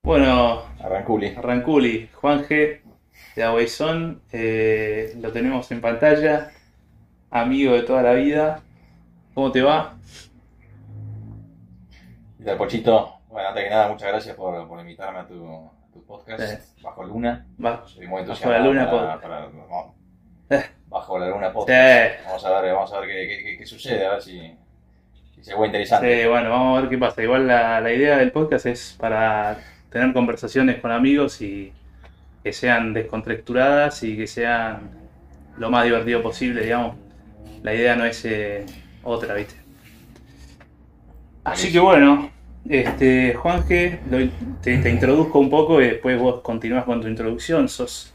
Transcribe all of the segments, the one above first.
Bueno, Arranculi. Ranculi, Juan G. de Aguaysón, lo tenemos en pantalla, amigo de toda la vida. ¿Cómo te va? ¿Qué tal, Pochito? Bueno, antes que nada, muchas gracias por invitarme a tu Eh, podcast, Bajo Luna. Estoy muy Bajo la entusiasmado Luna para, Podcast. para no, Eh, Bajo la Luna sí, Podcast. Vamos a ver qué sucede, a ver si se vuelve sí, interesante. bueno, vamos a ver qué pasa. Igual la idea del podcast es para tener conversaciones con amigos y que sean descontracturadas y que sean lo más divertido posible, digamos. La idea no es otra, ¿viste? Así que Buenísimo. bueno, Juanje, te introduzco un poco y después vos continúas con tu introducción.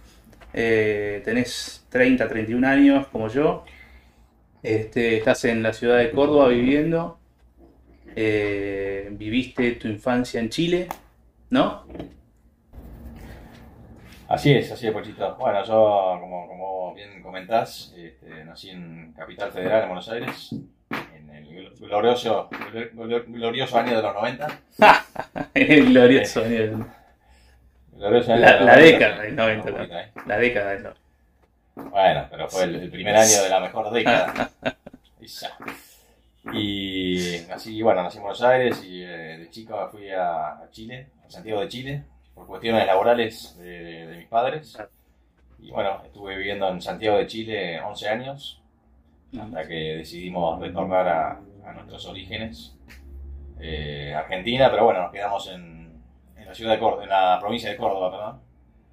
Tenés 30, 31 años como yo. Estás en la ciudad de Córdoba viviendo. Viviste tu infancia en Chile, ¿no? Así es, Pochito. Bueno, yo, como bien comentás, nací en Capital Federal, en Buenos Aires, en el glorioso año de los 90. En el Eh, glorioso, glorioso año de la, los la 90, década sí. del No, 90, un ¿no? poquito, ¿eh? La década del 90. Bueno, pero fue el primer año de la mejor década. Y ya. Y nací en Buenos Aires y de chico fui a Chile, a Santiago de Chile, por cuestiones laborales de mis padres. Y bueno, estuve viviendo en Santiago de Chile 11 años, hasta que decidimos retornar a nuestros orígenes, Argentina, pero bueno, nos quedamos en la ciudad de Córdoba, en la provincia de Córdoba, perdón.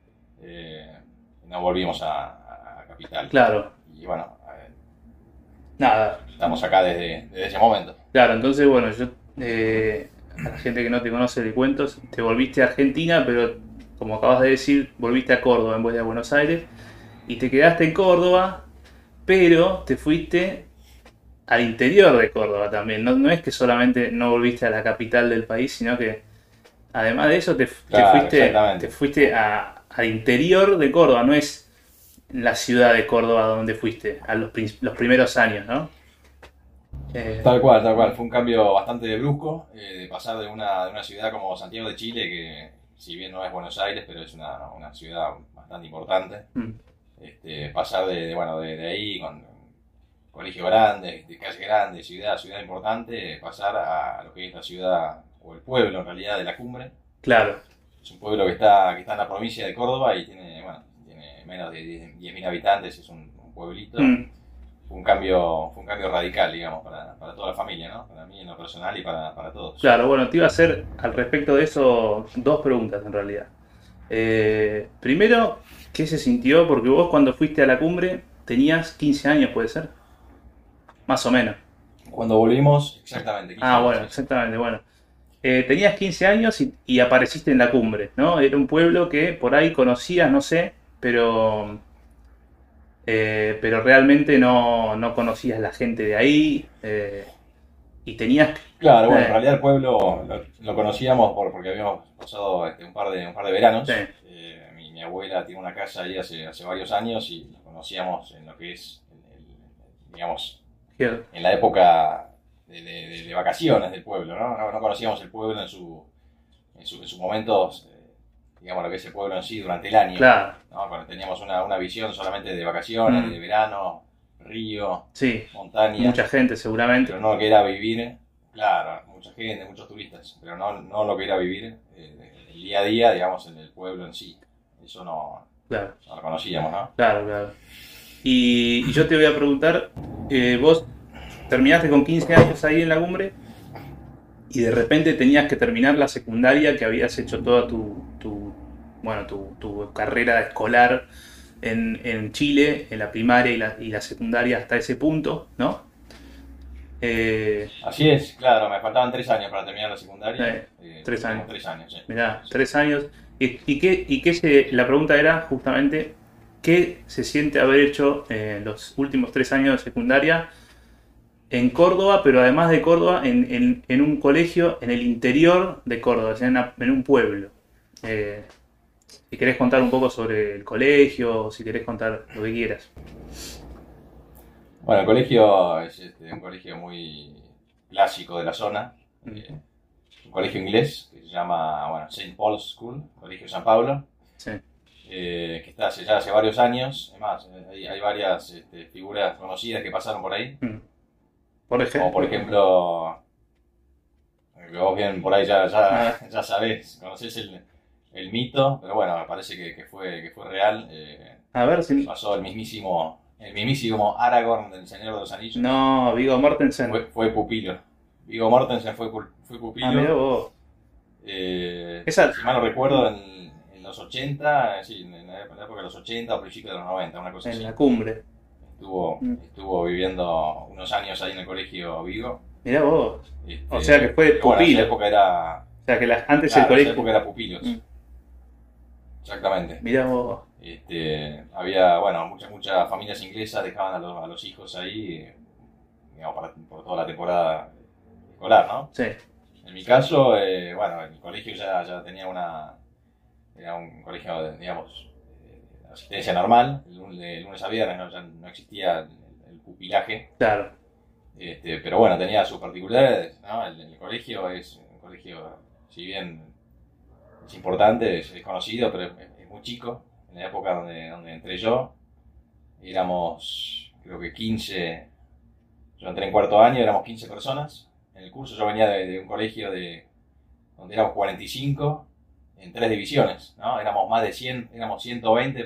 Y no volvimos a Capital. Claro, Y bueno, nada. estamos acá desde ese momento. Claro, entonces, bueno, a la gente que no te conoce de cuentos, te volviste a Argentina, pero como acabas de decir, volviste a Córdoba en vez de a Buenos Aires, y te quedaste en Córdoba, pero te fuiste al interior de Córdoba también. No, no es que solamente no volviste a la capital del país, sino que además de eso Claro, te exactamente. fuiste al interior de Córdoba, no es la ciudad de Córdoba donde fuiste, los primeros años, ¿no? Eh, Tal cual, tal cual. Fue un cambio bastante brusco, de pasar de una ciudad como Santiago de Chile, que si bien no es Buenos Aires, pero es una ciudad bastante importante. mm, Pasar de ahí, con colegio grande, de calle grande, ciudad importante, pasar a lo que es la ciudad, o el pueblo en realidad, de La Cumbre. claro. Es un pueblo que está en la provincia de Córdoba y tiene menos de 10.000 habitantes, es un pueblito. Mm. Fue un cambio radical, digamos, para toda la familia, ¿no? Para mí en lo personal y para todos. Claro, bueno, te iba a hacer al respecto de eso dos preguntas en realidad. Primero, ¿qué se sintió? Porque vos cuando fuiste a la cumbre tenías 15 años, ¿puede ser? Más o menos. Cuando volvimos, exactamente, 15 Ah, años, bueno, sí, sí. exactamente, bueno. Tenías 15 años y apareciste en la cumbre, ¿no? Era un pueblo que por ahí conocías, no sé, pero realmente no conocías la gente de ahí y tenías... Claro, bueno, en eh, realidad el pueblo lo conocíamos porque habíamos pasado un par de sí, veranos. Mi abuela tiene una casa ahí hace varios años y lo conocíamos en lo que es, digamos, que- en la época de vacaciones del pueblo, ¿no? No conocíamos el pueblo en sus momentos, digamos, lo que es el pueblo en sí durante el año, claro, ¿no? Cuando teníamos una visión solamente de vacaciones, de mm, verano, río, sí, montaña, mucha gente seguramente. pero no lo que era vivir, claro, mucha gente, muchos turistas, pero no lo que era vivir el día a día, digamos, en el pueblo en sí. Eso Claro, no lo conocíamos, ¿no? claro, claro. Y yo te voy a preguntar, vos terminaste con 15 años ahí en la cumbre y de repente tenías que terminar la secundaria que habías hecho toda bueno, tu carrera escolar en Chile, en la primaria y la secundaria hasta ese punto, ¿no? Eh, Así es, claro, me faltaban 3 años para terminar la secundaria, eh, 3 años. tengo 3 años, sí. Mirá, Sí. 3 años. La pregunta era justamente, ¿qué se siente haber hecho los últimos 3 años de secundaria en Córdoba, pero además de Córdoba, en un colegio en el interior de Córdoba, o sea, en un pueblo? Eh, si querés contar un poco sobre el colegio, o si querés contar lo que quieras. Bueno, el colegio es un colegio muy clásico de la zona, Mm, un colegio inglés que se se llama, bueno, Saint Paul's School, Colegio San Pablo, Sí. que está ya hace varios años. Además, hay varias figuras conocidas que pasaron por ahí. Por ejemplo. Como por ejemplo, que vos bien por ahí ya sabés, conocés el mito, pero bueno, me parece que fue real. A ver si... Pasó el mismísimo Aragorn del Señor de los Anillos. No, Viggo Mortensen. Fue pupilo. Viggo Mortensen fue pupilo. Mirá vos. Si mal no recuerdo, en los 80, sí, en la época de los 80 o principios de los 90, una cosa así. En la cumbre. Estuvo viviendo unos años ahí en el colegio Vigo. Mirá vos. O sea que fue bueno, pupilo. esa época era... O sea que antes claro, el colegio... esa época era pupilos. Exactamente. Mirá vos. Había, bueno, muchas familias inglesas dejaban a los hijos ahí, digamos, por toda la temporada escolar, ¿no? Sí. En mi caso, bueno, el colegio ya tenía era un colegio, digamos, de asistencia normal, de lunes a viernes, ¿no? Ya no existía el pupilaje. Claro. Pero bueno, tenía sus particularidades, ¿no? El colegio es un colegio, si bien es importante, es conocido, pero es muy chico. En la época donde entré yo, éramos, creo que 15, yo entré en cuarto año, éramos 15 personas. En el curso yo venía de un colegio donde éramos 45 en 3 divisiones, ¿no? Éramos más de 100, éramos 120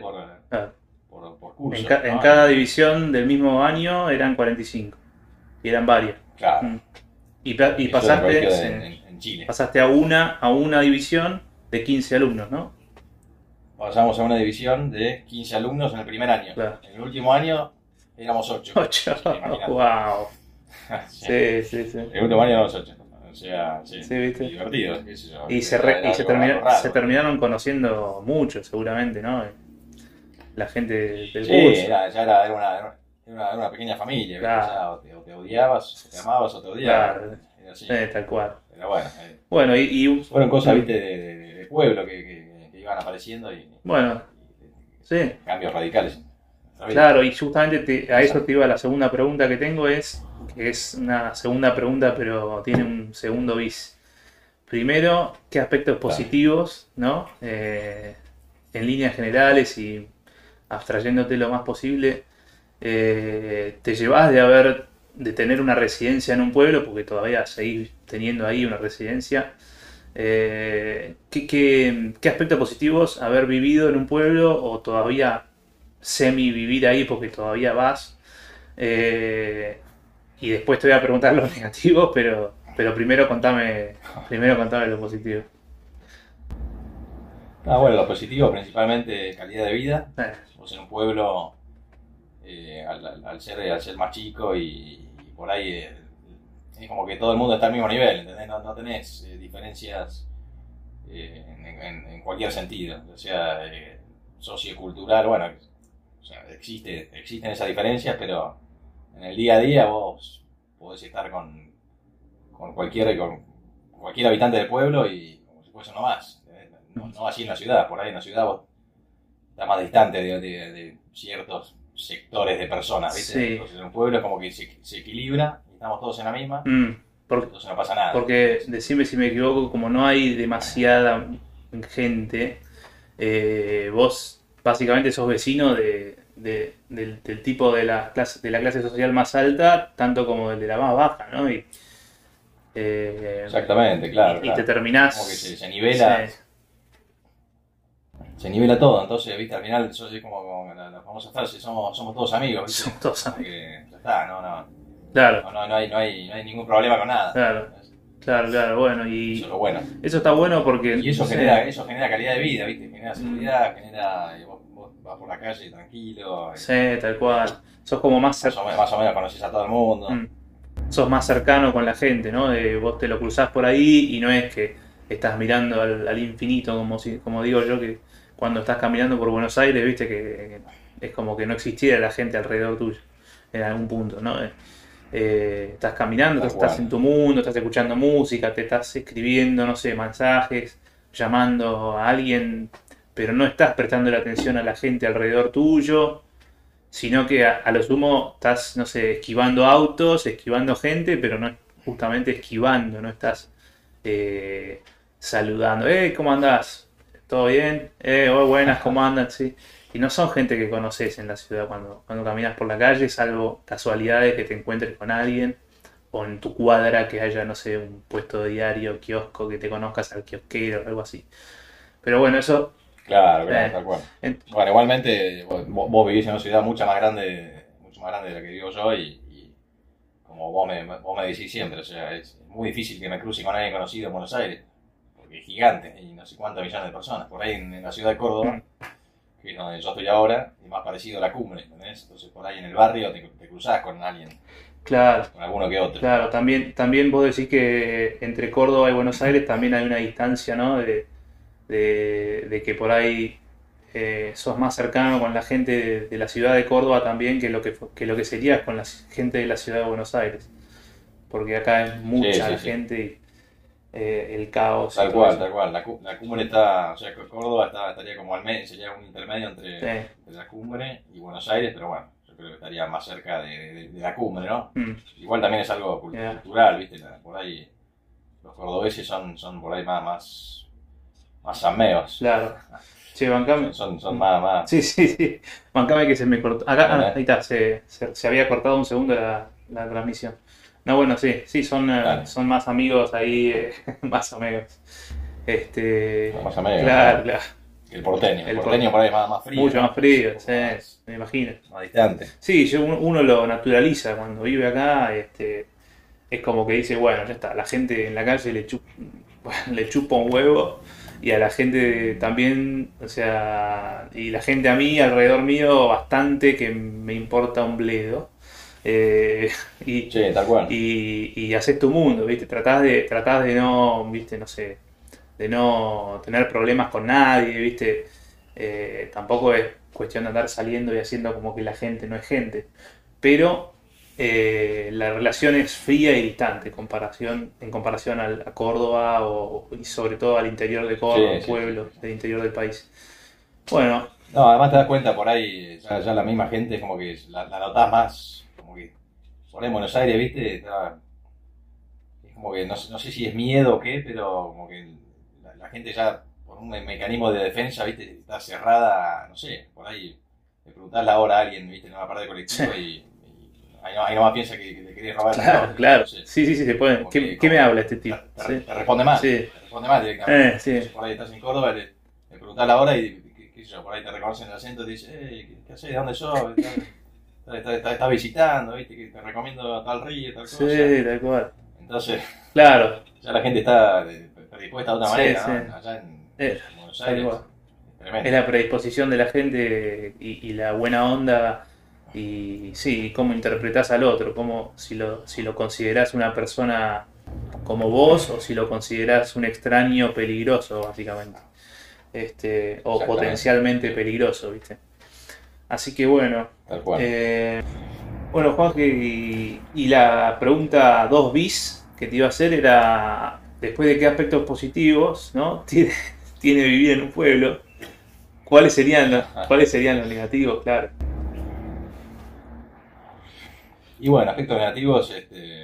por curso. En cada división del mismo año eran 45. Y eran varias. Claro. Y Eso pasaste en Chile. Pasaste a una división de 15 alumnos, ¿no? Pasamos a una división de 15 alumnos en el primer año. Claro. En el último año éramos 8. 8. Wow. Sí. En el último año éramos 8. O sea, sí, ¿viste? Divertido, qué sé yo. Y se terminaron conociendo mucho, seguramente, ¿no? La gente del curso. Era una pequeña familia, Claro. ¿viste? O te odiabas, o te amabas, o te odiabas. Claro. Era así. Tal cual. Pero bueno. Bueno, fueron cosas, ¿viste? De pueblo que iban apareciendo y bueno, sí. Cambios radicales. Claro, y justamente a eso te iba la segunda pregunta que tengo, que es una segunda pregunta, pero tiene un segundo bis. Primero, ¿qué aspectos positivos, ¿no? En líneas generales y abstrayéndote lo más posible, te llevas de tener una residencia en un pueblo, porque todavía seguís teniendo ahí una residencia? ¿Qué aspectos positivos haber vivido en un pueblo o todavía semi vivir ahí porque todavía vas? Y después te voy a preguntar los negativos, pero primero contame lo positivo. Bueno, lo positivo principalmente calidad de vida. Vos en un pueblo, al ser más chico y por ahí es como que todo el mundo está al mismo nivel, ¿entendés? No tenés diferencias en cualquier sentido, o sea, sociocultural, bueno, o sea, existen esas diferencias, pero en el día a día vos podés estar con cualquier habitante del pueblo y como si fuese uno más, no así en la ciudad. Por ahí en la ciudad vos estás más distante de ciertos sectores de personas, ¿viste? Sí. Entonces en un pueblo es como que se equilibra y estamos todos en la misma, entonces no pasa nada. Porque, decime si me equivoco, como no hay demasiada gente, vos básicamente sos vecino del tipo de la clase social más alta, tanto como del de la más baja, ¿no? Exactamente, claro. Y te terminás... Como que se nivela. Sí. Se nivela todo, entonces, ¿viste? Al final, eso es como la famosa frase, somos todos amigos, ¿viste? Somos todos amigos. Porque ya está, no. Claro. No hay ningún problema con nada. Claro, bueno, y... Eso es lo bueno. Eso está bueno porque... Y eso genera calidad de vida, ¿viste? Genera seguridad, vos vas por la calle tranquilo. Sí, tal cual. Sos como más o menos conoces a todo el mundo. Sos más cercano con la gente, ¿no? Vos te lo cruzás por ahí y no es que estás mirando al infinito, como digo yo, que cuando estás caminando por Buenos Aires, viste que es como que no existiera la gente alrededor tuyo en algún punto, ¿no? Estás caminando, estás en tu mundo, estás escuchando música, te estás escribiendo, no sé, mensajes, llamando a alguien, pero no estás prestando la atención a la gente alrededor tuyo, sino que a lo sumo estás, no sé, esquivando autos, esquivando gente, pero no justamente esquivando, no estás saludando. ¿Cómo andás? ¿Todo bien? Oh, buenas, ¿cómo andan? Sí. Y no son gente que conoces en la ciudad cuando caminas por la calle, salvo casualidades que te encuentres con alguien o en tu cuadra que haya, no sé, un puesto de diario, kiosco, que te conozcas al kiosquero, algo así. Pero bueno, eso... Claro, claro, tal cual. en- Bueno, igualmente vos vivís en una ciudad mucho más grande de la que vivo yo y como vos me decís siempre, o sea, es muy difícil que me cruce con alguien conocido en Buenos Aires, porque es gigante y no sé cuántos millones de personas. Por ahí en la ciudad de Córdoba, que es donde yo estoy ahora, es más parecido a la cumbre, ¿entendés? Entonces por ahí en el barrio te cruzás con alguien, Claro, con alguno que otro. claro, también vos decís que entre Córdoba y Buenos Aires también hay una distancia, ¿no? De que por ahí sos más cercano con la gente de la ciudad de Córdoba también que lo que serías con la gente de la ciudad de Buenos Aires. Porque acá es mucha Sí, la sí. gente y el caos y Tal todo cual, eso. tal cual. La cumbre está, o sea, Córdoba estaría como al medio, sería un intermedio entre Sí. la cumbre y Buenos Aires, pero bueno, yo creo que estaría más cerca de la cumbre, ¿no? Mm, Igual también es algo yeah, cultural, ¿viste? Por ahí los cordobeses son por ahí más sameos. claro. Che, bancame. Son más. Sí, sí, sí. Bancame que se me cortó. Acá, ¿Entendés? ahí está, se había cortado un segundo la transmisión. No, bueno, sí, sí, Dale. son más amigos ahí, más amigos. Son más amigos, Claro, ¿no? claro. El porteño. El El porteño por ahí es más frío, Mucho ¿no? más frío, Un poco sí, me imagino. más distante. Sí, uno lo naturaliza cuando vive acá, es como que dice, bueno, ya está, la gente en la calle le chupa un huevo y a la gente también, o sea, y la gente a mí, alrededor mío, bastante que me importa un bledo. Eh, y, Sí, tal cual. y haces tu mundo, ¿viste? Tratás de no, ¿viste? No sé, de no tener problemas con nadie, ¿viste? Tampoco es cuestión de andar saliendo y haciendo como que la gente no es gente. Pero la relación es fría y distante en comparación a Córdoba y sobre todo al interior de Córdoba, Sí, sí, pueblos sí. del interior del país. Bueno, No, además te das cuenta por ahí, ya la misma gente es como que la notás más, como que por ahí en Buenos Aires, ¿viste? Es como que no sé si es miedo o qué, pero como que la gente ya por un mecanismo de defensa, ¿viste? Está cerrada, no sé, por ahí le preguntás la hora a alguien, ¿viste? En una parada de colectivo y ahí nomás piensa que te querés robar el claro, reloj, claro. no sé. Sí, sí, sí, se puede. Como ¿Qué me habla este tipo? Sí, te responde mal, sí. te responde mal directamente. Sí. Entonces, por ahí estás en Córdoba, le preguntás la hora y qué sé yo, por ahí te reconocen el acento y te dicen, ¿qué haces? ¿De dónde sos? Estás visitando, ¿viste? Que te recomiendo tal río, tal cosa. Sí, tal cual. Entonces, Claro. ya la gente está predispuesta de otra Sí, manera, sí. ¿no? Allá en Buenos Tal Aires, cual. es tremendo. Es la predisposición de la gente y la buena onda y sí, cómo interpretás al otro, si lo considerás una persona como vos o si lo considerás un extraño peligroso, básicamente. O Exactamente. potencialmente peligroso, ¿viste? Así que bueno. Tal cual. Bueno, Juanje, y la pregunta 2 bis que te iba a hacer era, después de qué aspectos positivos, ¿no? tiene vivir en un pueblo, ¿cuáles serían los negativos? Claro. Y bueno, aspectos negativos,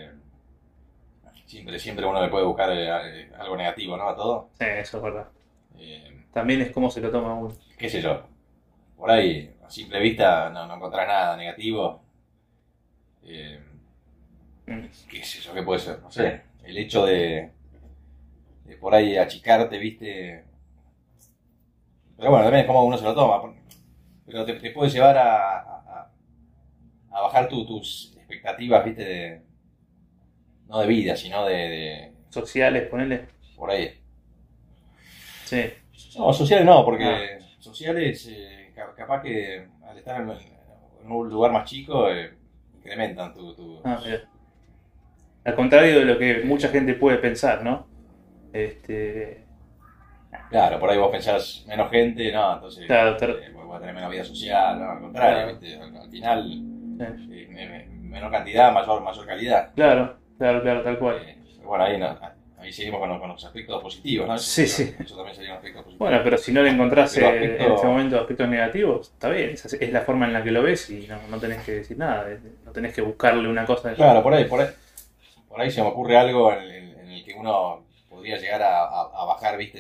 siempre uno le puede buscar algo negativo, ¿no? A todo. Sí, eso es verdad. Eh, También es cómo se lo toma uno. qué sé yo, por ahí, a simple vista, no encontrás nada negativo. Eh, Mm. qué sé yo, qué puede ser, no sé. El hecho de por ahí achicarte, ¿viste? Pero bueno, también es como uno se lo toma. Pero te puede llevar a bajar tus expectativas, ¿viste? No de vida, sino Sociales, ponele. por ahí. Sí. No, sociales no, porque sociales capaz que al estar en un lugar más chico incrementan tu. Mira. Al contrario de lo que mucha gente puede pensar, ¿no? Claro, por ahí vos pensás menos gente, no, entonces Claro, voy a tener menos vida social, no, al contrario, Claro. ¿viste? Al final, Sí. menor cantidad, mayor calidad. Claro, tal cual. Bueno, ahí seguimos con los aspectos positivos, ¿no? Sí, sí. Eso también sería un aspecto positivo. Bueno, pero si no le encontrás Pero en este momento aspectos negativos, está bien, es la forma en la que lo ves y no tenés que decir nada, no tenés que buscarle una cosa. Claro, por ahí se me ocurre algo en el que uno podría llegar a bajar, viste,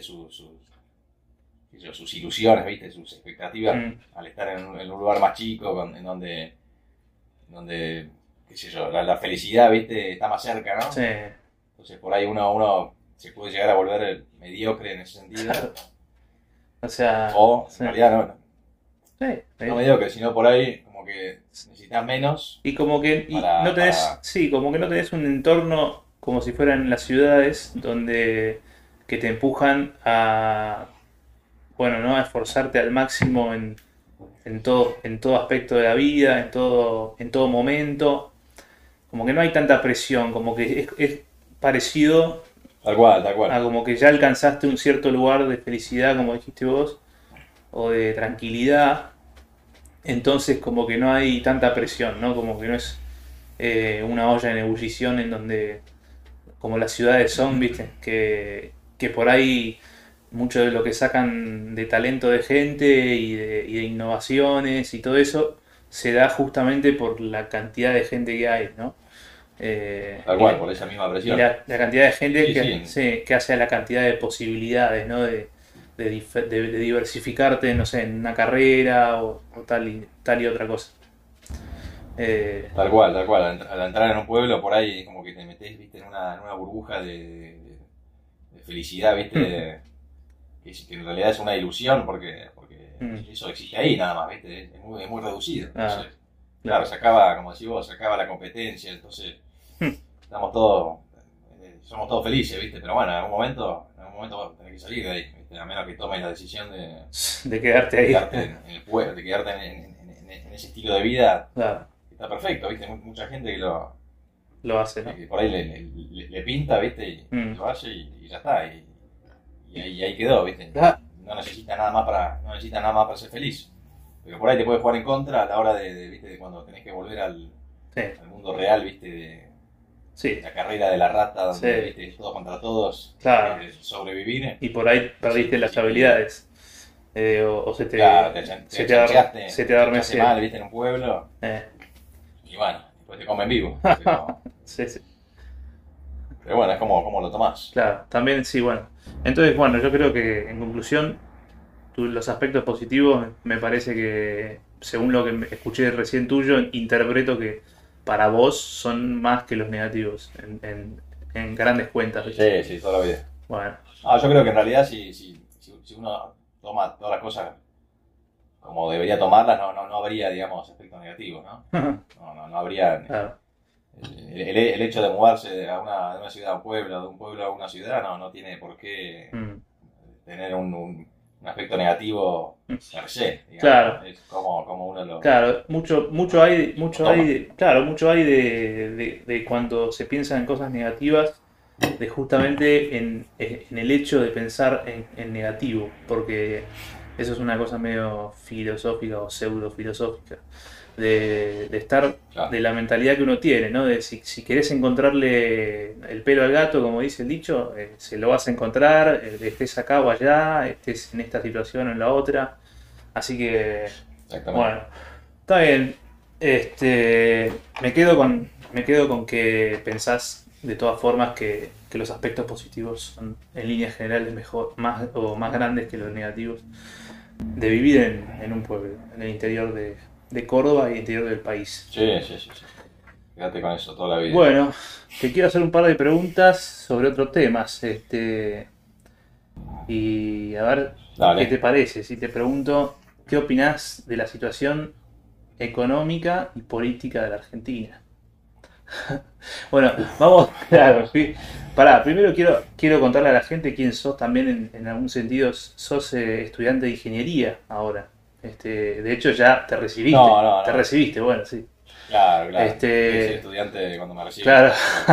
sus ilusiones, viste, sus expectativas al estar en un lugar más chico, en donde, qué sé yo, la felicidad, viste, está más cerca, ¿no? Sí. Entonces por ahí uno se puede llegar a volver mediocre en ese sentido. O sea, O sí. en realidad Sí, no mediocre, sino por ahí como que necesitas menos. y como que no tenés, sí, como que no tenés un entorno como si fueran las ciudades donde que te empujan a, bueno, ¿no? A esforzarte al máximo en todo aspecto de la vida, en todo momento. Como que no hay tanta presión, como que es parecido Tal cual, tal a cual. como que ya alcanzaste un cierto lugar de felicidad, como dijiste vos, o de tranquilidad. Entonces como que no hay tanta presión, ¿no? Como que no es una olla en ebullición en donde, como las ciudades son, ¿viste? Que por ahí mucho de lo que sacan de talento de gente y de innovaciones y todo eso se da justamente por la cantidad de gente que hay, ¿no? Tal cual, por esa misma Y presión. la cantidad de gente Sí, que, sí. sí, que hace a la cantidad de posibilidades, ¿no? De diversificarte, no sé, en una carrera o tal y otra cosa. Tal cual, tal cual. Al entrar en un pueblo, por ahí como que te metes, viste, en una burbuja de felicidad, viste, que en realidad es una ilusión porque eso existe ahí nada más, viste, es muy reducido. Entonces, claro, como decís vos, se acaba la competencia, entonces somos todos felices, viste, pero bueno, en algún momento vas a tener que salir de ahí, ¿viste? A menos que tomes la decisión de quedarte ahí. en el pueblo, de quedarte en ese estilo de vida. Claro. Está perfecto, viste, mucha gente que lo hace, ¿no? que por ahí le pinta, viste, y lo hace y ya está, y ahí quedó, viste. No necesita nada más para ser feliz. Pero por ahí te puede jugar en contra a la hora ¿viste? De cuando tenés que volver al mundo real, viste, de la carrera de la rata, donde viste, todos contra todos, claro. Sobrevivir. Y por ahí perdiste las habilidades. O se te, claro, se te adormece mal, viste, en un pueblo. Y bueno, después te comen vivo. Pero, sí. Pero bueno, es como lo tomás. Claro, también sí, bueno. Entonces, bueno, yo creo que en conclusión, los aspectos positivos me parece que, según lo que escuché recién tuyo, interpreto que para vos son más que los negativos, en grandes cuentas. ¿Viste? Sí, toda la vida. Bueno. Yo creo que en realidad si uno toma todas las cosas como debería tomarlas, no habría, digamos, aspectos negativos, ¿no? No habría... Claro. El hecho de mudarse de una ciudad a un pueblo, de un pueblo a una ciudad, no tiene por qué tener un aspecto negativo per se, digamos. Claro. Es como uno lo... Claro, mucho hay de cuando se piensa en cosas negativas, de justamente en el hecho de pensar en negativo, porque eso es una cosa medio filosófica o pseudo filosófica, de estar, Claro. de la mentalidad que uno tiene, ¿no? De si querés encontrarle el pelo al gato, como dice el dicho, se lo vas a encontrar, estés acá o allá, estés en esta situación o en la otra. Así que, bueno, está bien. Me quedo con que pensás de todas formas que los aspectos positivos son en líneas generales más grandes que los negativos de vivir en un pueblo, en el interior de Córdoba y el interior del país. Sí. Quédate con eso toda la vida. Bueno, te quiero hacer un par de preguntas sobre otros temas. Y a ver, Dale. ¿qué te parece? Si te pregunto, ¿qué opinás de la situación económica y política de la Argentina? Bueno, vamos, claro, sí. Pará, primero quiero contarle a la gente quién sos también en algún sentido. Sos estudiante de ingeniería ahora. De hecho ya te recibiste. No. Te recibiste, bueno, sí. Claro. Soy estudiante cuando me recibí. Claro.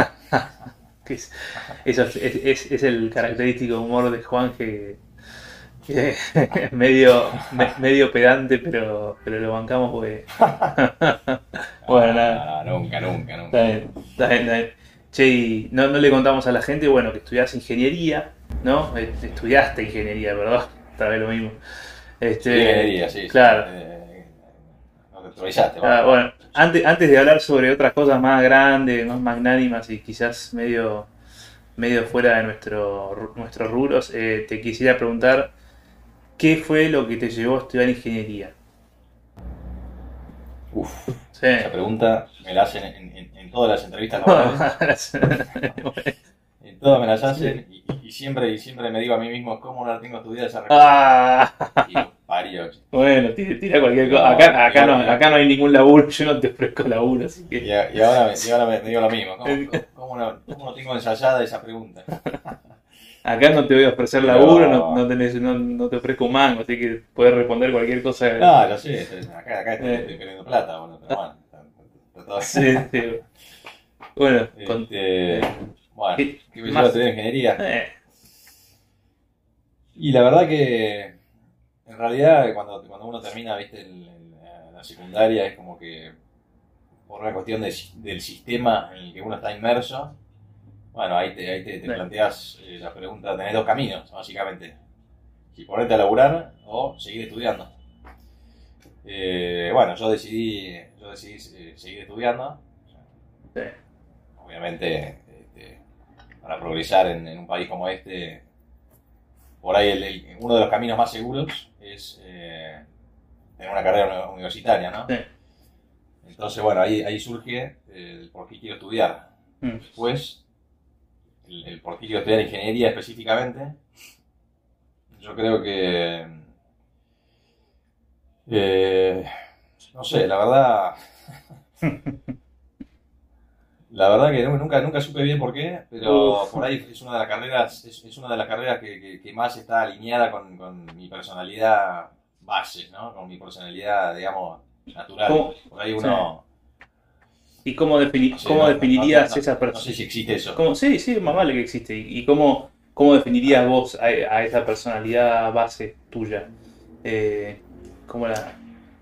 Es el característico humor de Juan que es medio pedante, pero lo bancamos porque... Bueno, nada. Nunca. Está bien. Che, y no le contamos a la gente, bueno, que estudiás ingeniería, ¿no? Estudiaste ingeniería, ¿verdad? Tal vez lo mismo. Ingeniería, sí. Claro. No te actualizaste, bueno, antes de hablar sobre otras cosas más grandes, más magnánimas y quizás medio medio fuera de nuestros rubros, te quisiera preguntar, ¿qué fue lo que te llevó a estudiar ingeniería? Uf, Sí. esa pregunta me la hacen en todas las entrevistas laborales. En todas me las hacen y siempre me digo a mí mismo, ¿cómo no la tengo estudiada esa respuesta? Y parió. Bueno, tira cualquier cosa. Acá no hay ningún laburo, yo no te ofrezco laburo, así que... Y ahora me digo lo mismo, ¿cómo no tengo ensayada esa pregunta? Acá no te voy a ofrecer laburo, no te ofrezco un mango, así que puedes responder cualquier cosa. No, lo sé, acá estoy perdiendo plata, bueno, pero bueno, está todo bien. Sí. Bueno, bueno, ¿qué me lleva a estudiar ingeniería? Y la verdad que en realidad cuando uno termina, viste, la secundaria es como que por una cuestión del sistema en el que uno está inmerso, bueno, ahí te planteas la pregunta, tenés dos caminos, básicamente. Si ponerte a laburar o seguir estudiando. Bueno, yo decidí seguir estudiando. Sí. Obviamente, para progresar en un país como este, por ahí uno de los caminos más seguros es tener una carrera universitaria, ¿no? Sí. Entonces, bueno, ahí surge el por qué quiero estudiar. Después, el por qué quiero estudiar ingeniería específicamente, yo creo que, no sé, la verdad que nunca supe bien por qué, pero por ahí es una de las carreras, es una de las carreras que más está alineada con mi personalidad base, ¿no? Con mi personalidad, digamos, natural. Por ahí uno... ¿Y cómo definirías esa persona? No sé si existe eso. Sí, más vale que existe. ¿Y cómo definirías vos a esa personalidad base tuya? ¿Cómo la...?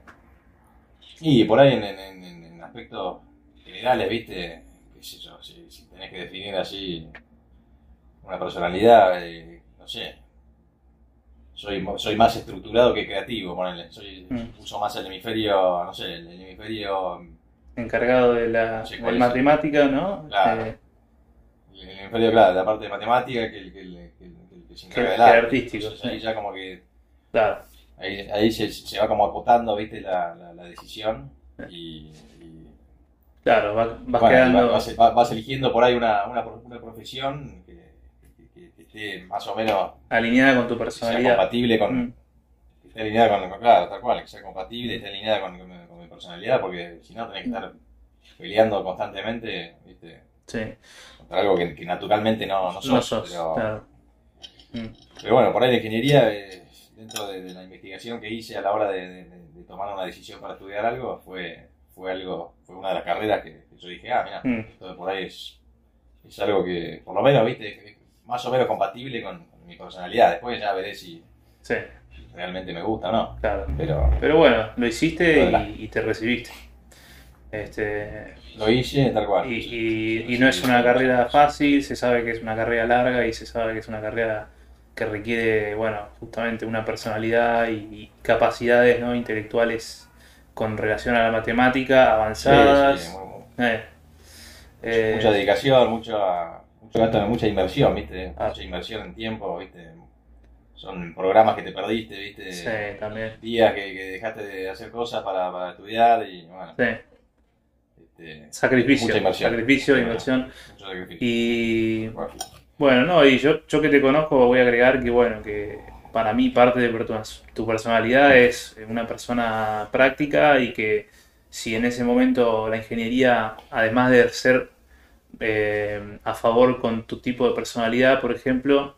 Y por ahí en aspectos generales, ¿viste? Qué sé yo, si tenés que definir así una personalidad, no sé. Soy más estructurado que creativo, ponele. Uso más el hemisferio, no sé, el hemisferio... encargado de la matemática, ¿no? Claro. El hemisferio, claro, la parte de matemática que se encarga del arte. Artístico. Entonces, ahí ya como que... Claro. Ahí se va como acotando, ¿viste? La decisión y claro, vas quedando... Vas eligiendo por ahí una profesión que esté más o menos... alineada con tu personalidad. Que sea compatible con... Que esté alineada con... Claro, tal cual, que sea compatible, esté alineada con mi personalidad, porque si no tenés que estar peleando constantemente, ¿viste? Sí. Contra algo que naturalmente no sos. No sos, pero, claro. Pero bueno, por ahí la ingeniería, dentro de la investigación que hice a la hora de tomar una decisión para estudiar algo, fue una de las carreras que yo dije, mira, esto de por ahí es algo que, por lo menos, viste, es más o menos compatible con mi personalidad. Después ya veré si realmente me gusta o no. Claro. Pero bueno, lo hiciste y te recibiste. Lo hice tal cual. Y no es una carrera fácil, se sabe que es una carrera larga y se sabe que es una carrera que requiere, bueno, justamente una personalidad y capacidades, ¿no?, intelectuales con relación a la matemática avanzadas. Sí, mucha dedicación, mucho gasto, mucha inversión, ¿viste? Mucha inversión en tiempo, ¿viste? Son programas que te perdiste, ¿viste? Sí, también. Días que dejaste de hacer cosas para estudiar y bueno. Sí. Sacrificio, mucha inversión. Inversión. Mucho sacrificio. Y bueno, no, y yo que te conozco voy a agregar que bueno, que para mí parte de tu personalidad es una persona práctica y que si en ese momento la ingeniería, además de ser a favor con tu tipo de personalidad, por ejemplo,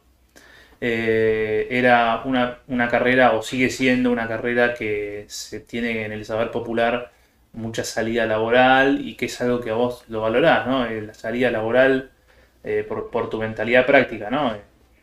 era una carrera o sigue siendo una carrera que se tiene en el saber popular mucha salida laboral y que es algo que a vos lo valorás, ¿no? La salida laboral por tu mentalidad práctica, ¿no?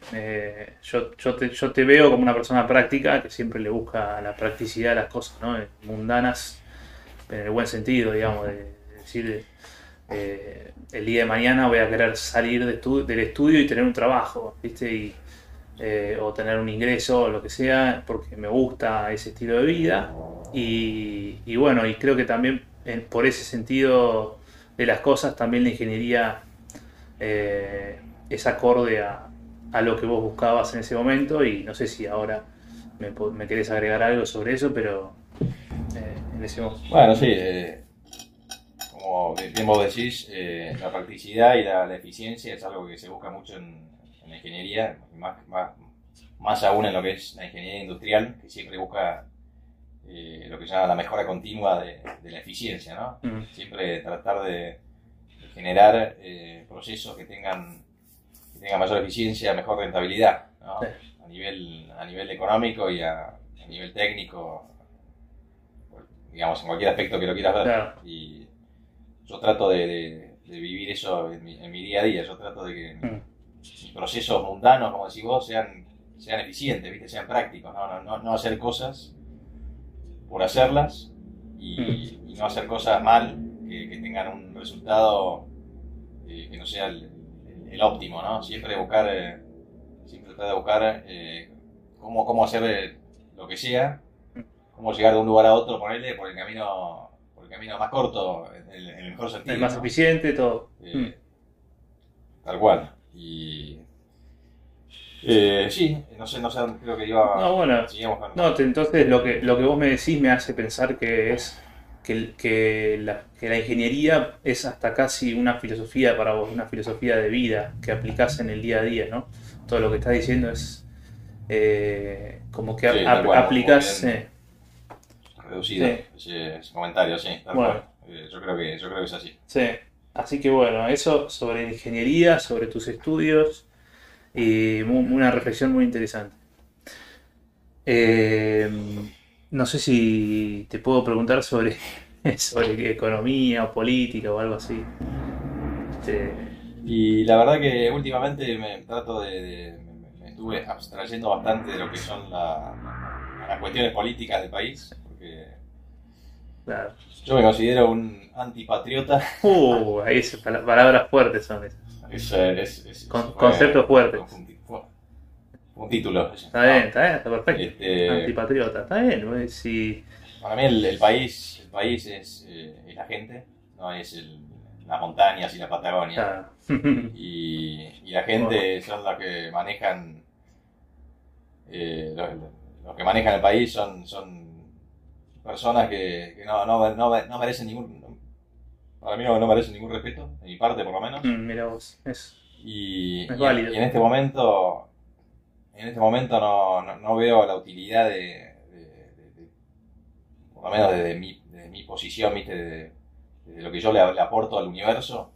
Yo te veo como una persona práctica que siempre le busca la practicidad de las cosas, ¿no? Mundanas, en el buen sentido, digamos, de decir, el día de mañana voy a querer salir del estudio y tener un trabajo, ¿viste? O tener un ingreso o lo que sea, porque me gusta ese estilo de vida. Y bueno, y creo que también por ese sentido de las cosas, también la ingeniería es acorde a lo que vos buscabas en ese momento, y no sé si ahora me querés agregar algo sobre eso, pero en ese momento. Bueno, sí, como bien vos decís, la practicidad y la eficiencia es algo que se busca mucho en la ingeniería, y más aún en lo que es la ingeniería industrial, que siempre busca lo que se llama la mejora continua de la eficiencia, ¿no? Siempre tratar de generar procesos que tengan mayor eficiencia, mejor rentabilidad, ¿no? Sí. A nivel económico y a nivel técnico, digamos, en cualquier aspecto que lo quieras ver. Claro. Y yo trato de vivir eso en mi día a día. Yo trato de que mis procesos mundanos, como decís vos, sean eficientes, ¿viste? Sean prácticos, no hacer cosas por hacerlas y no hacer cosas mal que tengan un resultado que no sea el óptimo, ¿no? Siempre tratar de buscar cómo hacer lo que sea, cómo llegar de un lugar a otro, ponerle por el camino más corto, en el mejor sentido, El más ¿no? eficiente, todo. Tal cual. Y sí, no sé, creo que iba. No, bueno. Sigamos con. No, entonces lo que vos me decís me hace pensar que la ingeniería es hasta casi una filosofía para vos, una filosofía de vida que aplicás en el día a día, ¿no? Todo lo que estás diciendo es como que Sí, tal cual, aplicás. muy bien reducido ese comentario, sí, tal Bueno. cual. Yo creo que es así. Sí. Así que bueno, eso sobre ingeniería, sobre tus estudios, y una reflexión muy interesante. No sé si te puedo preguntar sobre economía o política o algo así. Y la verdad que últimamente me estuve abstrayendo bastante de lo que son las cuestiones políticas del país, porque Claro. yo me considero un antipatriota. Ahí palabras fuertes son esas. Concepto fuerte. Un título. Está bien, está perfecto. Este, Antipatriota, está bien. Pues, sí. Para mí el país es la gente, no es las montañas y la Patagonia. Claro. Y la gente son los que manejan los que manejan el país son personas que no merecen para mí no merecen ningún respeto, de mi parte por lo menos. Mira vos, es válido. Y en este momento no veo la utilidad por lo menos desde mi posición, ¿viste? De lo que yo le aporto al universo,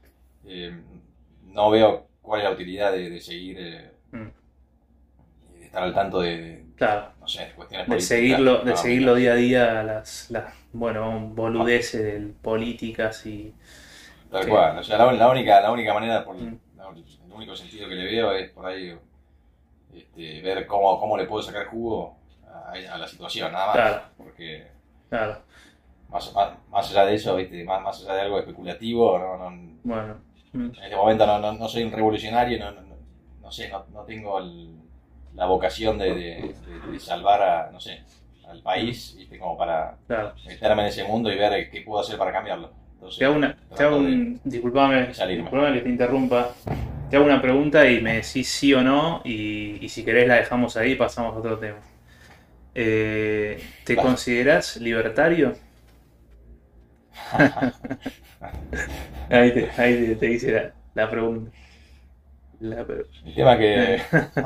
no veo cuál es la utilidad de seguir, de estar al tanto claro, no sé, cuestiones políticas. De seguirlo día a día, las boludeces de políticas y... Tal cual, o sea, la única manera, el único sentido que le veo es por ahí ver cómo le puedo sacar jugo a la situación, nada más. Claro. Porque claro. Más allá de eso, ¿viste? Más allá de algo especulativo, Bueno. En este momento no soy un revolucionario, no sé, no tengo la vocación de salvar al país, ¿viste? Como para meterme en ese mundo y ver qué puedo hacer para cambiarlo. Entonces, disculpame que te interrumpa. Te hago una pregunta y me decís sí o no, y si querés la dejamos ahí y pasamos a otro tema. ¿Te considerás libertario? Ahí te hice la pregunta. El tema que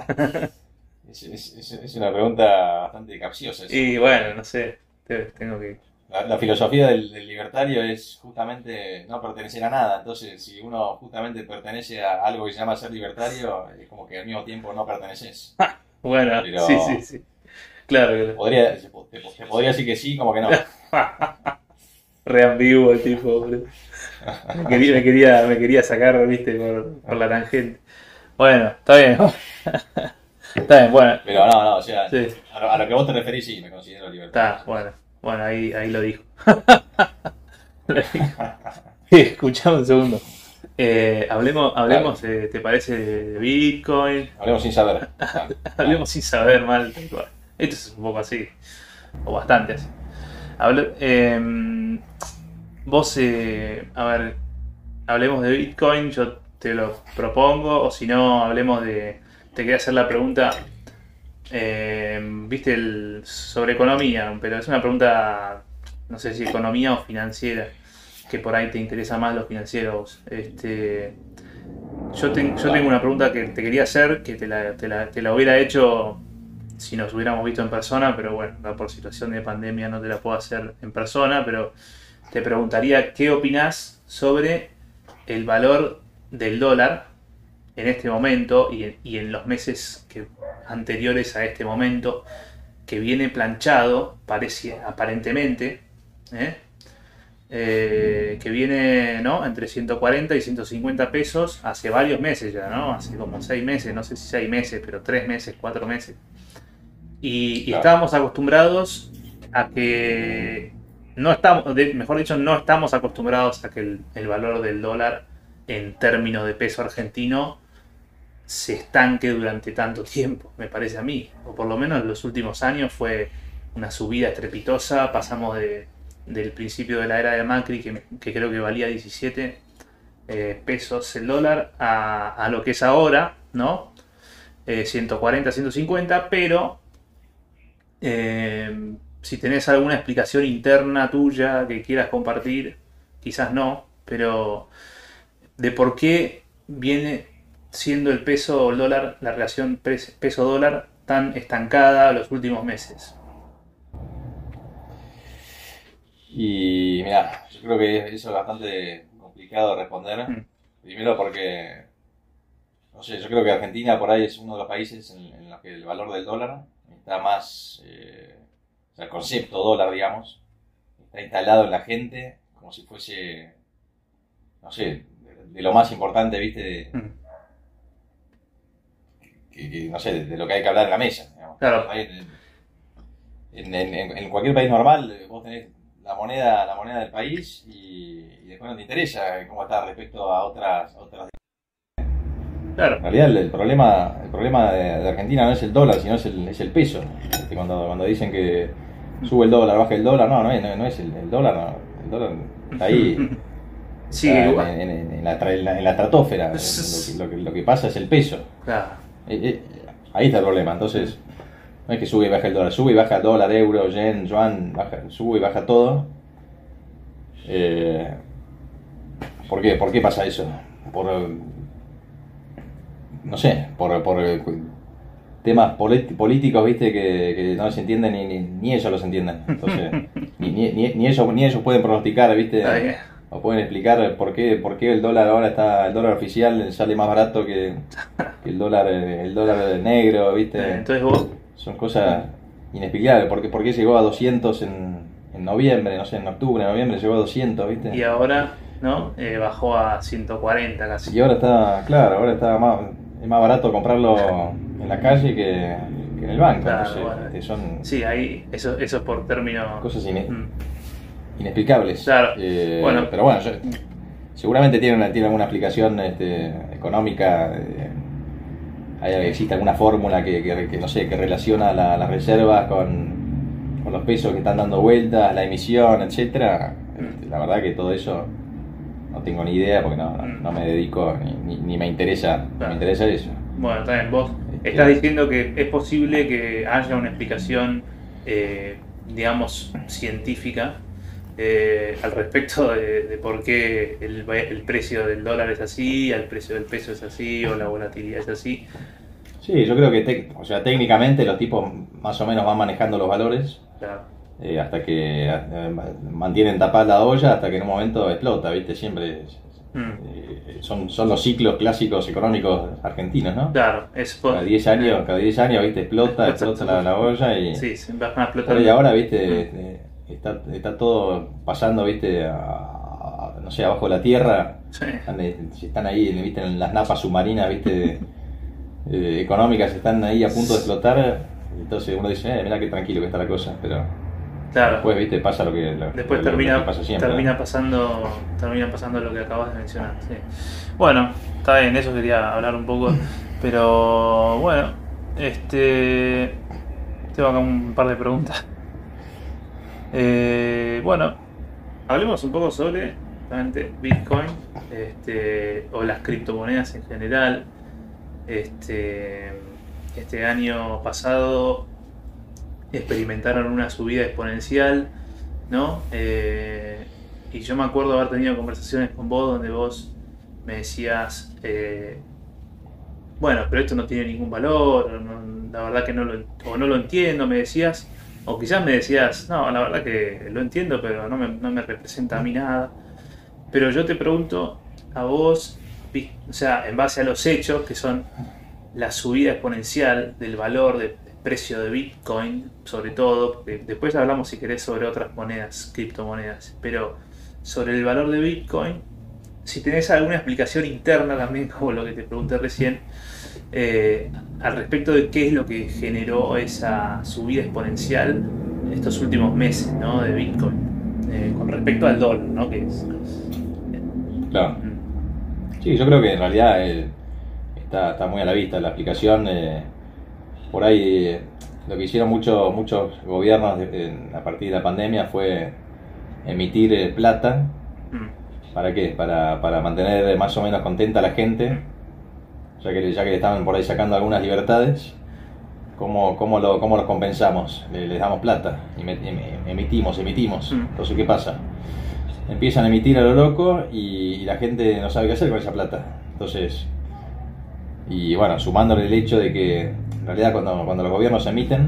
es una pregunta bastante capciosa. Y bueno, no sé, tengo que... La filosofía del libertario es justamente no pertenecer a nada. Entonces, si uno justamente pertenece a algo que se llama ser libertario, es como que al mismo tiempo no perteneces. Bueno, pero sí. Claro. Te podría decir que sí, como que no. Re ambiguo el tipo, boludo. Me quería sacar, viste, por la tangente. Bueno, está bien. Está bien, bueno. Pero no, o sea, sí. a lo que vos te referís, sí, me considero libertario. Está, bueno, ahí lo dijo. Escuchame un segundo. Hablemos ¿te parece de Bitcoin? Hablemos sin saber. Hablemos sin saber mal. Esto es un poco así, o bastante así. Vos, a ver, hablemos de Bitcoin. Yo te lo propongo, o si no, hablemos de... Te quería hacer la pregunta, viste, sobre economía, pero es una pregunta, no sé si economía o financiera, que por ahí te interesa más lo financiero. Yo tengo una pregunta que te quería hacer, que te la hubiera hecho si nos hubiéramos visto en persona, pero bueno, por situación de pandemia no te la puedo hacer en persona, pero te preguntaría qué opinás sobre el valor del dólar en este momento y en los meses anteriores a este momento, que viene planchado, parece, aparentemente, que viene, ¿no?, entre 140 y 150 pesos hace varios meses ya, ¿no? Hace como 6 meses, no sé si 6 meses, pero 3 meses, 4 meses. Y Claro. estábamos acostumbrados a que... No estamos, mejor dicho, no estamos acostumbrados a que el valor del dólar en términos de peso argentino se estanque durante tanto tiempo, me parece a mí. O por lo menos en los últimos años fue una subida estrepitosa. Pasamos del principio de la era de Macri, que creo que valía 17 pesos el dólar, a lo que es ahora, ¿no? 140, 150, pero si tenés alguna explicación interna tuya que quieras compartir, quizás no, pero de por qué viene siendo el peso o el dólar, la relación peso-dólar tan estancada los últimos meses. Y mira, yo creo que eso es bastante complicado de responder. Primero porque, no sé, yo creo que Argentina por ahí es uno de los países en los que el valor del dólar está más, o sea, el concepto dólar, digamos, está instalado en la gente como si fuese, no sé, de lo más importante, ¿viste? No sé, de lo que hay que hablar en la mesa, digamos. Claro. En cualquier país normal vos tenés la moneda del país y después no te interesa cómo está respecto a otras. Claro. En realidad el problema de Argentina no es el dólar, sino es el peso. Cuando dicen que sube el dólar, baja el dólar, no es el dólar, no. El dólar está ahí. Sí, está en la estratosfera. Lo que pasa es el peso. Claro. Ahí está el problema. Entonces, no es que sube y baja el dólar, sube y baja el dólar, euro, yen, yuan, sube y baja todo. ¿Por qué? ¿Por qué pasa eso? No sé, por temas políticos, viste, que no se entienden ni ellos los entienden. Entonces, ni ellos pueden pronosticar, viste, o pueden explicar por qué el dólar ahora el dólar oficial sale más barato que el dólar negro, viste. Entonces vos... Son cosas inexplicables. ¿Por qué llegó a 200 en noviembre? No sé, en octubre, noviembre llegó a 200, viste. Y ahora, ¿no? Bajó a 140 casi. Y ahora está es más barato comprarlo en la calle que en el banco. Claro, entonces, bueno. Sí, ahí eso es por término... Cosas inexplicables. Claro. Bueno. Pero bueno, seguramente tiene alguna explicación económica. Existe alguna fórmula que no sé, que relaciona las reservas con los pesos que están dando vueltas, la emisión, etcétera. La verdad que todo eso no tengo ni idea porque no me dedico ni me interesa. Claro. Me interesa eso. Bueno, también vos estás diciendo que es posible que haya una explicación, digamos, científica al respecto de por qué el precio del dólar es así, el precio del peso es así, o la volatilidad es así. Sí, yo creo que técnicamente los tipos más o menos van manejando los valores. Claro. Hasta que mantienen tapada la olla hasta que en un momento explota, ¿viste? Siempre son los ciclos clásicos económicos argentinos, ¿no? Claro, cada 10 años, ¿viste? Explota la olla y... Sí, se van a explotar. Y ahora, ¿viste? Está todo pasando, ¿viste? No sé, abajo de la tierra. Sí. Están ahí, ¿viste? En las napas submarinas, ¿viste? Económicas están ahí a punto de explotar. Entonces uno dice, mirá qué tranquilo que está la cosa, pero... Claro. Después, ¿viste? Pasa lo que pasa siempre. Termina pasando lo que acabas de mencionar. Sí. Bueno, está bien, eso quería hablar un poco. Pero bueno, tengo acá un par de preguntas. Bueno, hablemos un poco sobre justamente Bitcoin, o las criptomonedas en general. Este año pasado experimentaron una subida exponencial, ¿no? Y yo me acuerdo haber tenido conversaciones con vos donde vos me decías, bueno, pero esto no tiene ningún valor, la verdad que no lo entiendo, me decías, o quizás me decías, no, la verdad que lo entiendo, pero no me representa a mí nada. Pero yo te pregunto a vos, o sea, en base a los hechos, que son la subida exponencial del valor del precio de Bitcoin, sobre todo, porque después hablamos si querés sobre otras monedas, criptomonedas, pero sobre el valor de Bitcoin, si tenés alguna explicación interna también, como lo que te pregunté recién, al respecto de qué es lo que generó esa subida exponencial estos últimos meses, ¿no? De Bitcoin, con respecto al dólar, ¿no? Que es, Claro. Sí, yo creo que en realidad está muy a la vista la aplicación. Por ahí lo que hicieron muchos gobiernos a partir de la pandemia fue emitir plata. ¿Para qué? Para mantener más o menos contenta a la gente, ya que le estaban por ahí sacando algunas libertades. ¿Cómo los compensamos? Les damos plata, emitimos. Entonces, ¿qué pasa? Empiezan a emitir a lo loco y la gente no sabe qué hacer con esa plata. Entonces, y bueno, sumándole el hecho de que en realidad cuando los gobiernos emiten,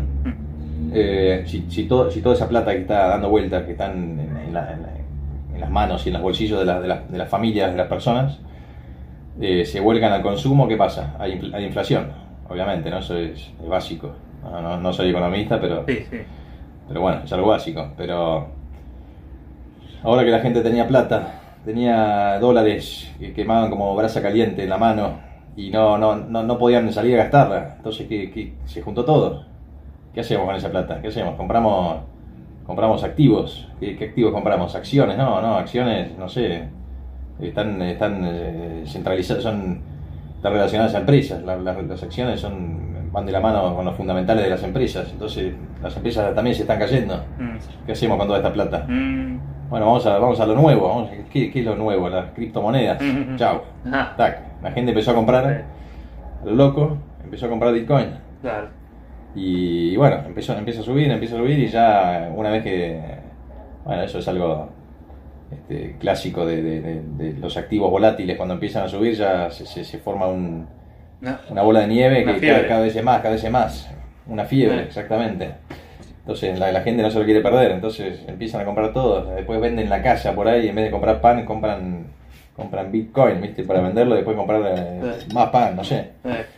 si toda esa plata que está dando vueltas, que están en las manos y en los bolsillos de las familias, de las personas, se vuelcan al consumo, ¿qué pasa? Hay inflación, obviamente, ¿no? Eso es básico. No soy economista, pero bueno, es algo básico. Pero ahora que la gente tenía plata, tenía dólares que quemaban como brasa caliente en la mano y no podían salir a gastarla, entonces se juntó todo. ¿Qué hacemos con esa plata? ¿Qué hacemos? Compramos activos. ¿Qué activos compramos? Acciones, no, acciones, no sé, están centralizadas, están relacionadas a empresas. Las acciones van de la mano con los fundamentales de las empresas, entonces las empresas también se están cayendo. ¿Qué hacemos con toda esta plata? Bueno, vamos a lo nuevo. ¿Qué es lo nuevo? Las criptomonedas. Chau. Tac. La gente empezó a comprar a lo loco, empezó a comprar Bitcoin. Claro. Y bueno, empieza a subir y ya una vez que... Bueno, eso es algo clásico de los activos volátiles. Cuando empiezan a subir ya se forma una bola de nieve que cada vez es más. Una fiebre, exactamente. Entonces la gente no se lo quiere perder, entonces empiezan a comprar todo. Después venden la casa por ahí, en vez de comprar pan, compran Bitcoin, ¿viste? Para venderlo, después comprar más pan, no sé.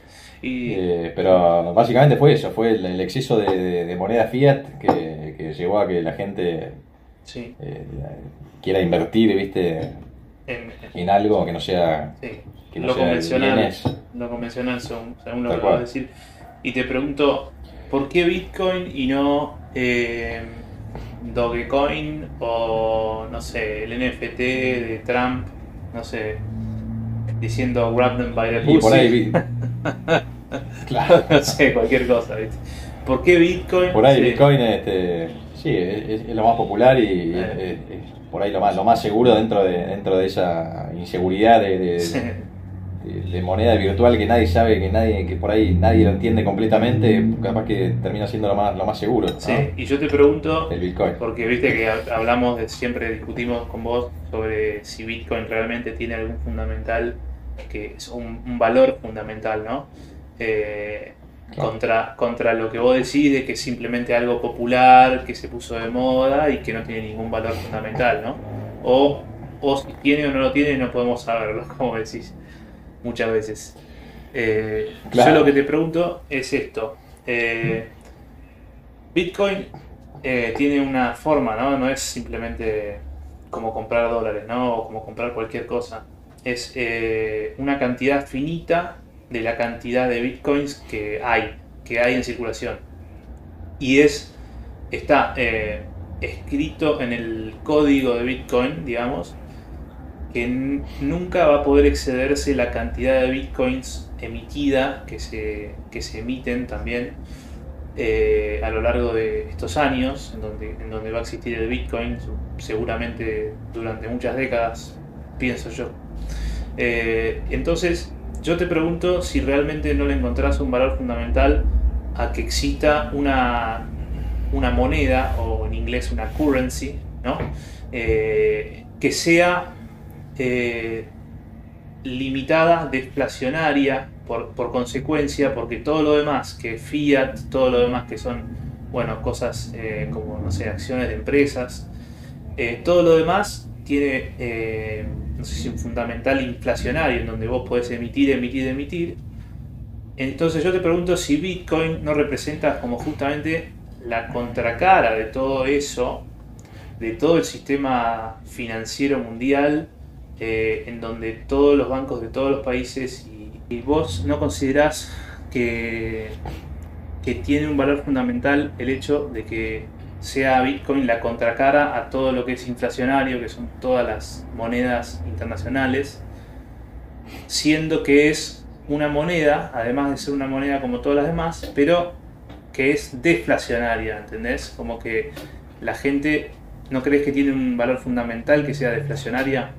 Pero básicamente fue eso, fue el exceso de moneda fiat que llevó a que la gente quiera invertir, ¿viste? En algo que no sea... Que no lo sea convencional, lo convencional según lo que acabas de decir. Y te pregunto, ¿por qué Bitcoin y no Dogecoin o, no sé, el NFT de Trump, no sé, diciendo grab them by the pussy? Y por ahí, claro. No sé, cualquier cosa, ¿viste? ¿Por qué Bitcoin? Por ahí Bitcoin sí, es lo más popular y es por ahí lo más seguro dentro de esa inseguridad de moneda virtual que nadie sabe, que por ahí nadie lo entiende completamente, capaz que termina siendo lo más seguro, ¿no? Sí, y yo te pregunto, el Bitcoin, porque viste que hablamos siempre discutimos con vos sobre si Bitcoin realmente tiene algún fundamental, que es un valor fundamental, ¿no? Claro. Contra lo que vos decís de que es simplemente algo popular, que se puso de moda y que no tiene ningún valor fundamental, ¿no? O si tiene o no lo tiene, no podemos saberlo, como decís muchas veces. Claro. Yo lo que te pregunto es esto. Bitcoin tiene una forma, ¿no? No es simplemente como comprar dólares, ¿no? O como comprar cualquier cosa. Es una cantidad finita de la cantidad de bitcoins que hay en circulación. Y está escrito en el código de Bitcoin, digamos, que nunca va a poder excederse la cantidad de bitcoins emitida, que se emiten también, a lo largo de estos años, en donde va a existir el Bitcoin, seguramente durante muchas décadas, pienso yo. Entonces, yo te pregunto si realmente no le encontrás un valor fundamental a que exista una moneda, o en inglés una currency, ¿no? Que sea limitada, deflacionaria, por consecuencia, porque todo lo demás que es fiat, todo lo demás que son, bueno, cosas como, no sé, acciones de empresas, todo lo demás tiene, no sé si un fundamental inflacionario, en donde vos podés emitir. Entonces yo te pregunto si Bitcoin no representa como justamente la contracara de todo eso, de todo el sistema financiero mundial, en donde todos los bancos de todos los países, y vos no considerás que tiene un valor fundamental el hecho de que sea Bitcoin la contracara a todo lo que es inflacionario, que son todas las monedas internacionales, siendo que es una moneda, además de ser una moneda como todas las demás, pero que es deflacionaria, ¿entendés? Como que la gente, ¿no crees que tiene un valor fundamental que sea deflacionaria?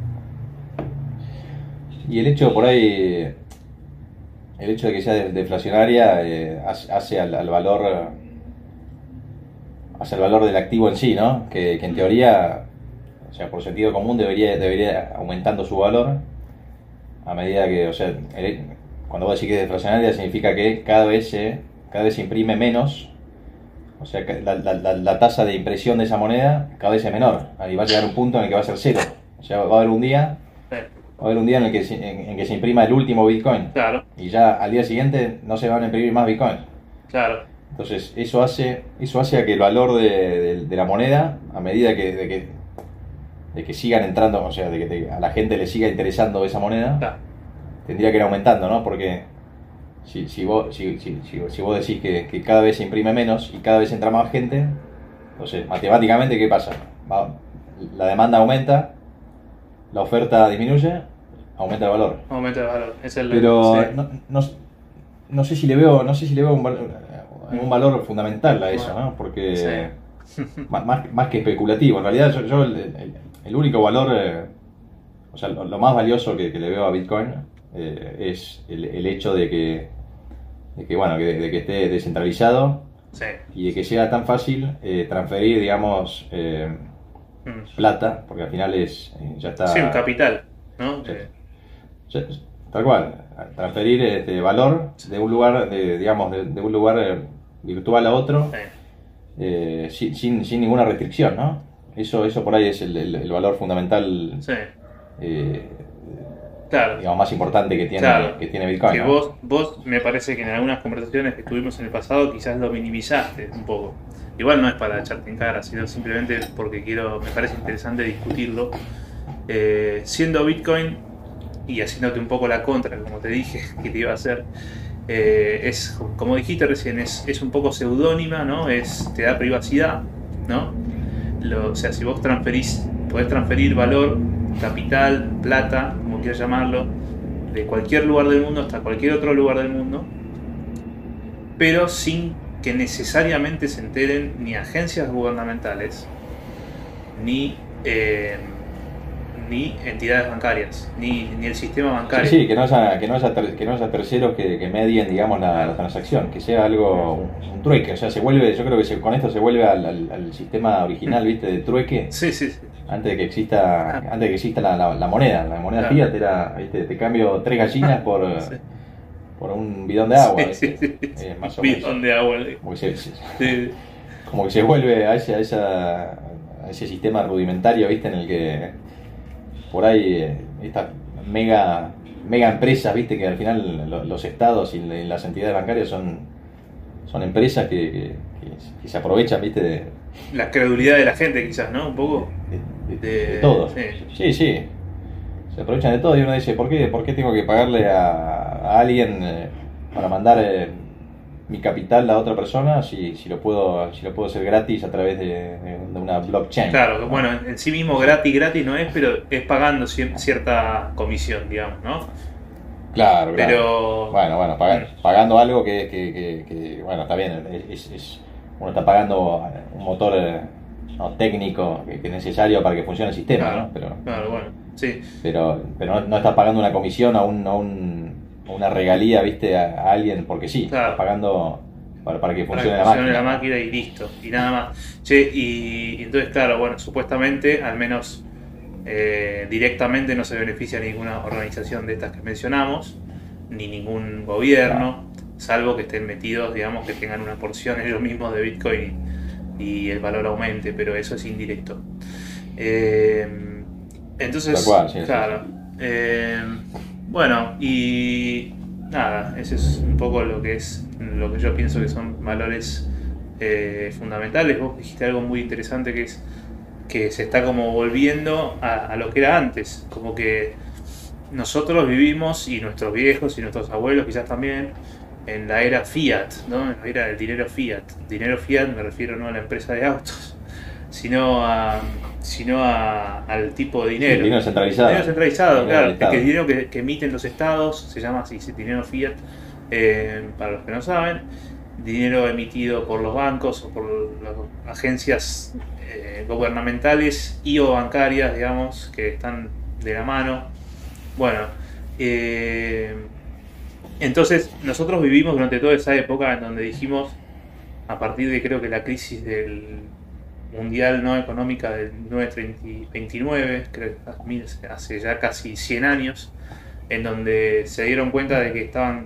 Y el hecho por ahí, el hecho de que sea deflacionaria hace al valor, hace el valor del activo en sí, ¿no? Que en teoría, o sea, por sentido común debería aumentando su valor a medida que, o sea, cuando vos decís que es deflacionaria significa que cada vez se imprime menos, o sea, que la tasa de impresión de esa moneda cada vez es menor, y va a llegar un punto en el que va a ser cero, o sea, va a haber un día en el que se imprima el último Bitcoin. Claro. Y ya al día siguiente no se van a imprimir más Bitcoins. Claro. Entonces eso hace a que el valor de la moneda, a medida de que sigan entrando, o sea, de que a la gente le siga interesando esa moneda, Claro, tendría que ir aumentando, ¿no? Porque si vos decís que cada vez se imprime menos y cada vez entra más gente, entonces matemáticamente, ¿qué pasa? La demanda aumenta, la oferta disminuye, aumenta el valor. aumenta el valor. Pero Sí. no sé si le veo un valor fundamental a eso, ¿no? Porque Sí. más que especulativo, en realidad yo el único valor, o sea, lo más valioso que le veo a Bitcoin es el hecho de que bueno, de que esté descentralizado, Sí. y de que sea tan fácil transferir, digamos, plata, porque al final ya está... Sí, un capital, ¿no? Sí. Tal cual, transferir valor de un lugar, digamos, de un lugar virtual a otro, sin ninguna restricción, ¿no? Eso por ahí es el valor fundamental, Sí. Claro. digamos, más importante que tiene Bitcoin, Que ¿no? vos me parece que en algunas conversaciones que tuvimos en el pasado quizás lo minimizaste un poco. Igual no es para echarte en cara, sino simplemente porque me parece interesante discutirlo. Siendo Bitcoin, y haciéndote un poco la contra, como te dije que te iba a hacer, es, como dijiste recién, es un poco seudónima, ¿no? Te da privacidad, ¿no? O sea, si vos podés transferir valor, capital, plata, como quieras llamarlo, de cualquier lugar del mundo hasta cualquier otro lugar del mundo, pero sin que necesariamente se enteren ni agencias gubernamentales, ni entidades bancarias, ni el sistema bancario. Sí, que no haya terceros que medien, digamos, la transacción, que sea algo, un trueque, o sea, yo creo que con esto se vuelve al sistema original, ¿viste? De trueque. Sí. Antes de que exista la moneda. La moneda Claro. fiat era, ¿viste? Te cambio 3 gallinas Sí. por un bidón de agua, Sí. más o menos. Bidón de agua. Como que se vuelve a ese sistema rudimentario, ¿viste? En el que por ahí estas mega empresas, ¿viste? Que al final los estados y las entidades bancarias son empresas que se aprovechan, ¿viste? De La credulidad de la gente, quizás, ¿no? Un poco. de todo. Sí. Sí. Se aprovechan de todo y uno dice, ¿por qué tengo que pagarle a alguien para mandar mi capital a otra persona si lo puedo hacer gratis a través de una blockchain? Claro, ¿no? bueno, en sí mismo gratis no es, pero es pagando cierta comisión, digamos, ¿no? Claro, Pero... Bueno, pagando algo bueno, está bien, uno está pagando un motor no, técnico que es necesario para que funcione el sistema, claro, ¿no? claro, bueno, sí. Pero no estás pagando una comisión a una regalía, ¿viste? A alguien porque sí, Claro. estás pagando para que funcione la máquina y listo, y nada más. Che, y entonces, claro, bueno, supuestamente, al menos directamente no se beneficia ninguna organización de estas que mencionamos, ni ningún gobierno, salvo que estén metidos, digamos, que tengan una porción ellos mismos de Bitcoin y el valor aumente, pero eso es indirecto. Entonces, tal cual, sí, claro. Bueno, y nada, ese es un poco lo que yo pienso que son valores fundamentales. Vos dijiste algo muy interesante que es que se está como volviendo a lo que era antes, como que nosotros vivimos, y nuestros viejos y nuestros abuelos quizás también, en la era fiat, ¿no? En la era del dinero fiat. Dinero fiat me refiero no a la empresa de autos, sino al tipo de dinero. El dinero centralizado. Dinero centralizado, claro. Que el dinero que emiten los estados, se llama así, dinero fiat, para los que no saben. Dinero emitido por los bancos o por las agencias gubernamentales y o bancarias, digamos, que están de la mano. Bueno, entonces nosotros vivimos durante toda esa época en donde dijimos, a partir de creo que la crisis del mundial no económica del 1929, creo que hace ya casi 100 años, en donde se dieron cuenta de que estaban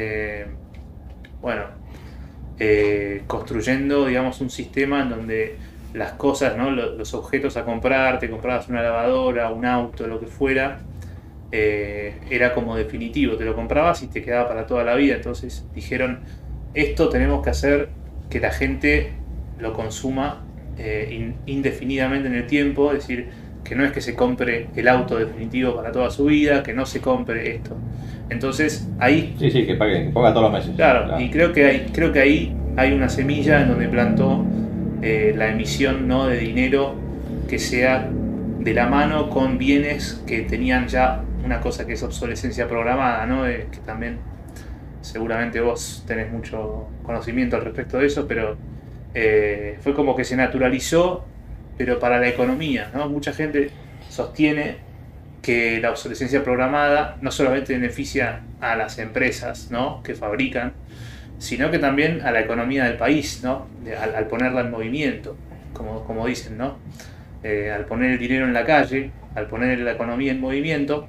construyendo, digamos, un sistema en donde las cosas, ¿no? Los objetos a comprar, te comprabas una lavadora, un auto, lo que fuera, era como definitivo, te lo comprabas y te quedaba para toda la vida. Entonces dijeron, esto tenemos que hacer que la gente lo consuma indefinidamente en el tiempo, es decir, que no es que se compre el auto definitivo para toda su vida, que no se compre esto. Entonces ahí... Sí, que ponga todos los meses. Claro, y creo que ahí hay una semilla en donde plantó la emisión, ¿no?, de dinero que sea de la mano con bienes que tenían ya una cosa que es obsolescencia programada, ¿no? Que también seguramente vos tenés mucho conocimiento al respecto de eso, pero fue como que se naturalizó, pero para la economía, ¿no? Mucha gente sostiene que la obsolescencia programada no solamente beneficia a las empresas, ¿no?, que fabrican, sino que también a la economía del país, ¿no? Al ponerla en movimiento, como dicen, ¿no? Al poner el dinero en la calle, al poner la economía en movimiento,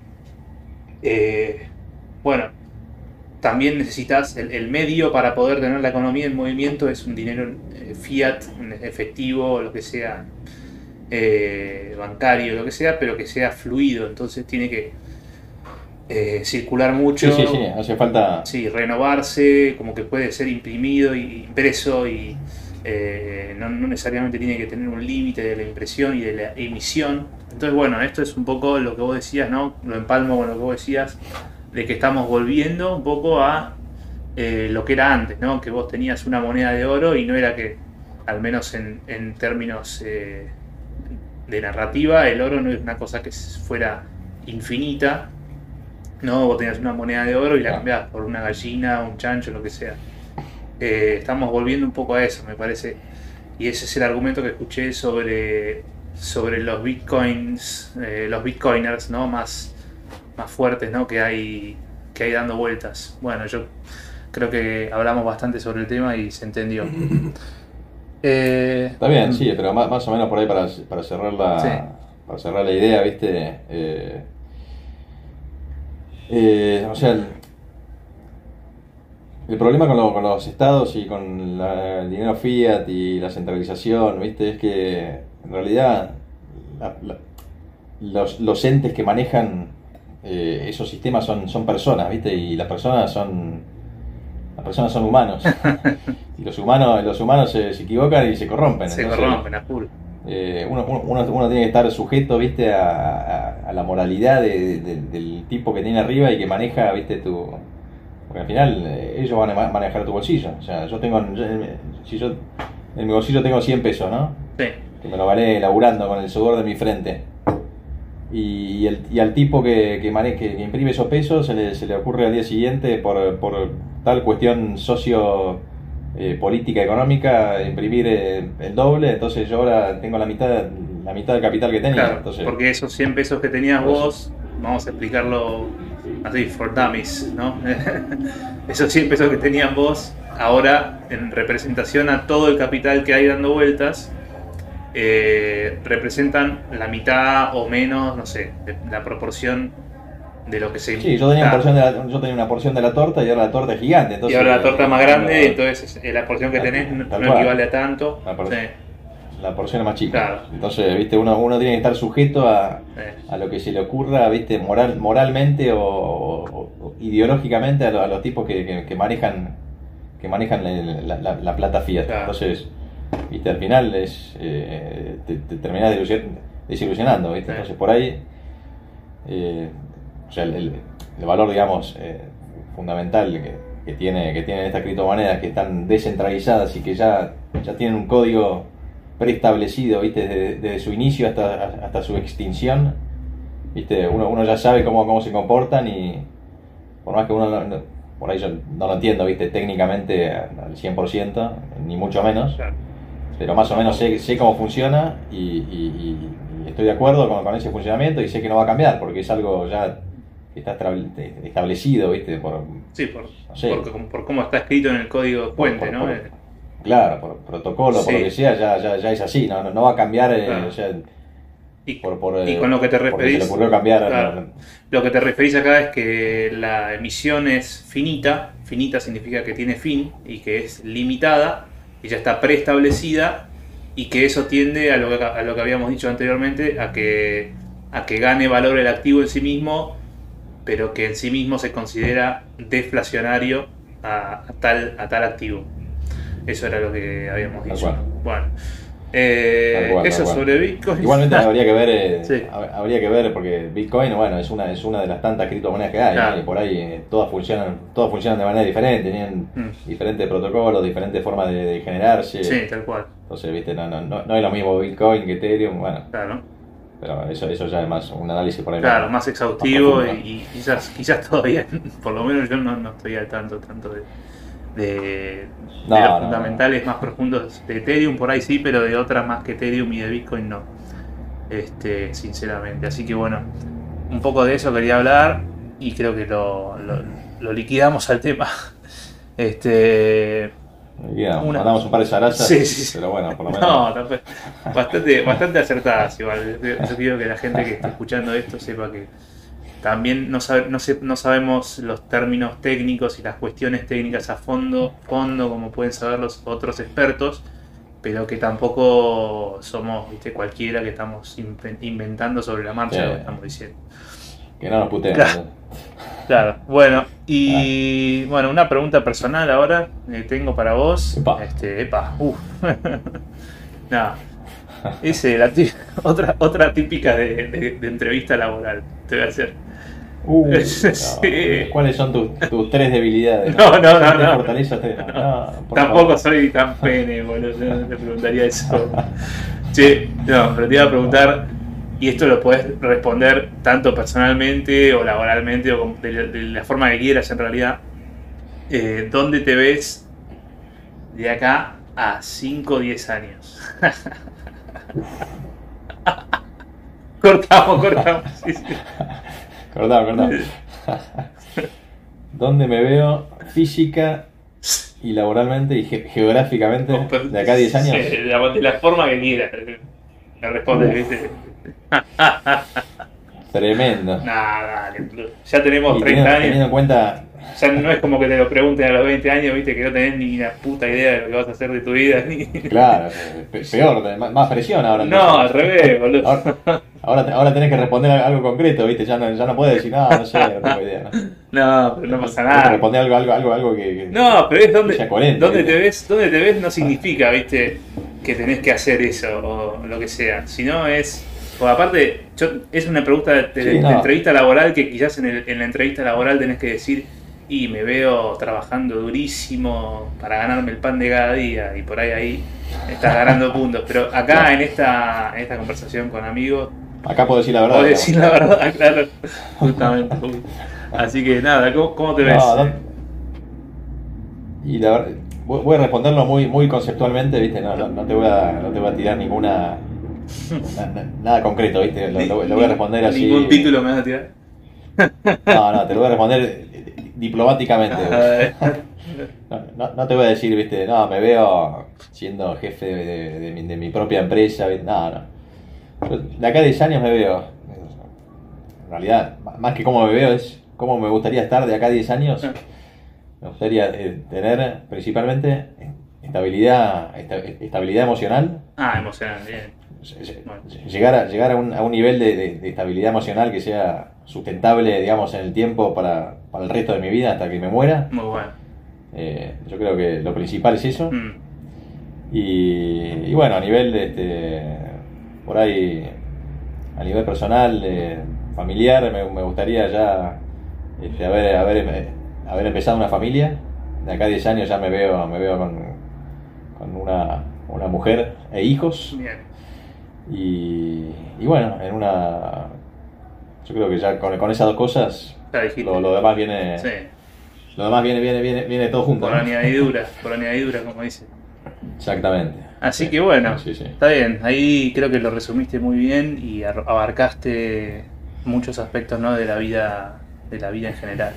bueno, también necesitas el medio para poder tener la economía en movimiento, es un dinero fiat, efectivo, lo que sea, bancario, lo que sea, pero que sea fluido. Entonces tiene que circular mucho. Sí, hace falta. Sí, renovarse, como que puede ser imprimido y impreso, y no necesariamente tiene que tener un límite de la impresión y de la emisión. Entonces, bueno, esto es un poco lo que vos decías, ¿no? Lo empalmo con lo que vos decías, de que estamos volviendo un poco a lo que era antes, ¿no? Que vos tenías una moneda de oro y no era que, al menos en términos de narrativa, el oro no es una cosa que fuera infinita, ¿no? Vos tenías una moneda de oro y la cambiabas por una gallina, un chancho, lo que sea. Estamos volviendo un poco a eso, me parece, y ese es el argumento que escuché sobre los bitcoins, los bitcoiners, ¿no?, más fuertes, ¿no?, que hay dando vueltas. Bueno, yo creo que hablamos bastante sobre el tema y se entendió. Está bien, sí, pero más o menos por ahí para cerrar para cerrar la idea, ¿viste? O sea, el problema con los estados y con el dinero fiat y la centralización, ¿viste?, es que en realidad los entes que manejan esos sistemas son personas, ¿viste? Y las personas son humanos. Y los humanos se equivocan y se corrompen. Entonces, corrompen, a full. Uno tiene que estar sujeto, ¿viste?, a la moralidad del tipo que tiene arriba y que maneja, ¿viste?, porque al final ellos van a manejar tu bolsillo. O sea, si yo en mi bolsillo tengo 100 pesos, ¿no? Sí. Que me lo gané laburando con el sudor de mi frente. y al tipo que imprime esos pesos se le ocurre al día siguiente por tal cuestión socio política económica imprimir el doble, entonces yo ahora tengo la mitad del capital que tenía. Claro, Entonces, porque esos 100 pesos que tenías vos, vamos a explicarlo así, for dummies, ¿no? Esos 100 pesos que tenías vos, ahora en representación a todo el capital que hay dando vueltas, representan la mitad o menos, no sé, la proporción de lo que se... sí, yo tenía una porción de la torta y ahora la torta es gigante. Entonces, y ahora la torta es más grande, entonces la porción que tenés no equivale a tanto. La porción es más chica. Claro. Entonces, viste, uno tiene que estar sujeto a lo que se le ocurra, viste, moralmente o ideológicamente a los tipos que manejan la plata fiat. Claro. Entonces, viste, al final te terminás desilusionando, viste. Entonces, por ahí, o sea, el valor, digamos, fundamental que tienen estas criptomonedas que están descentralizadas y que ya tienen un código preestablecido, ¿viste? Desde su inicio hasta su extinción, ¿viste? Uno ya sabe cómo se comportan y por más que uno por ahí yo no lo entiendo, ¿viste? Técnicamente al 100%, ni mucho menos, claro. Pero más o menos sé cómo funciona y estoy de acuerdo con ese funcionamiento y sé que no va a cambiar porque es algo ya que está establecido, ¿viste? Por cómo está escrito en el código fuente, ¿no? Claro, por protocolo, sí. Por lo que sea, ya es así, no va a cambiar. Claro. O sea, y con lo que te referís, se le ocurrió cambiar. Claro, lo que te referís acá es que la emisión es finita significa que tiene fin y que es limitada y ya está preestablecida y que eso tiende a lo que habíamos dicho anteriormente, a que gane valor el activo en sí mismo, pero que en sí mismo se considera deflacionario a tal activo. Eso era lo que habíamos dicho. Bueno, eso sobre Bitcoin. Igualmente habría que ver porque Bitcoin, bueno, es una de las tantas criptomonedas que hay, claro. ¿No? Y por ahí todas funcionan de manera diferente, tienen diferentes protocolos, diferentes formas de generarse. Sí, tal cual. Entonces, viste, no es lo mismo Bitcoin que Ethereum, bueno. Claro. Pero eso ya es más un análisis por ahí. Claro, más exhaustivo más y quizás todavía, por lo menos yo no estoy al tanto de los fundamentales más profundos de Ethereum, por ahí sí, pero de otras más que Ethereum y de Bitcoin no, sinceramente. Así que bueno, un poco de eso quería hablar y creo que lo liquidamos al tema. Mandamos un par de zarazas, sí. Pero bueno, por lo menos. No, bastante acertadas igual. Yo quiero que la gente que esté escuchando esto sepa que también no sabemos los términos técnicos y las cuestiones técnicas a fondo como pueden saber los otros expertos, pero que tampoco somos, ¿viste? Cualquiera que estamos inventando sobre la marcha lo que estamos diciendo. Que no nos puteen. Claro. Bueno, y bueno, una pregunta personal ahora tengo para vos. Nada. Otra típica de entrevista laboral. Te voy a hacer. Sí. ¿Cuáles son tus tres debilidades? No. Tampoco soy tan pene, boludo. Yo no te preguntaría eso. Che, no, pero te iba a preguntar, y esto lo podés responder tanto personalmente o laboralmente o de la forma que quieras en realidad. ¿Dónde te ves de acá a 5 o 10 años? Cortamos. Sí. Cortamos. ¿Dónde me veo física y laboralmente y geográficamente de acá a 10 años? De la forma que quieras. Me respondes, ¿viste? Tremendo. Dale. Ya tenemos 30 años. Teniendo en cuenta... Ya no es como que te lo pregunten a los 20 años, viste, que no tenés ni una puta idea de lo que vas a hacer de tu vida. Claro, peor, más presión ahora. No, al revés, boludo. Ahora tenés que responder algo concreto, viste, ya no puedes decir, no sé, no tengo idea. No, pero no pasa nada. Responder algo que no, pero es donde te ves no significa, viste, que tenés que hacer eso o lo que sea, sino es... Porque aparte, es una pregunta de entrevista laboral que quizás en la entrevista laboral tenés que decir, y me veo trabajando durísimo para ganarme el pan de cada día, y por ahí estás ganando puntos. Pero acá en esta conversación con amigos Acá puedo decir la verdad. Puedo decir la verdad, claro. Justamente. Así que nada, ¿cómo te ves? Y la verdad, voy a responderlo muy conceptualmente, ¿viste? No te voy a tirar nada concreto, ¿viste? Lo voy a responder así. ¿Ningún título me vas a tirar? No, te lo voy a responder diplomáticamente. No te voy a decir, ¿viste? No, me veo siendo jefe de mi propia empresa, ¿viste? No. Yo de acá a 10 años me veo. En realidad, más que cómo me veo, es cómo me gustaría estar de acá a 10 años. Me gustaría tener principalmente estabilidad emocional. Emocional, bien. Llegar a un nivel de estabilidad emocional que sea sustentable, digamos, en el tiempo para el resto de mi vida hasta que me muera. Muy bueno. Yo creo que lo principal es eso. Y bueno, a nivel por ahí, a nivel personal, familiar, me gustaría ya haber empezado una familia. De acá a 10 años ya me veo con una mujer e hijos. Bien. Y bueno, yo creo que ya con esas dos cosas lo demás viene. Sí. Lo demás viene todo junto. Por añadidura, como dice. Exactamente. Así que bueno, sí. Está bien. Ahí creo que lo resumiste muy bien y abarcaste muchos aspectos, ¿no? de la vida en general.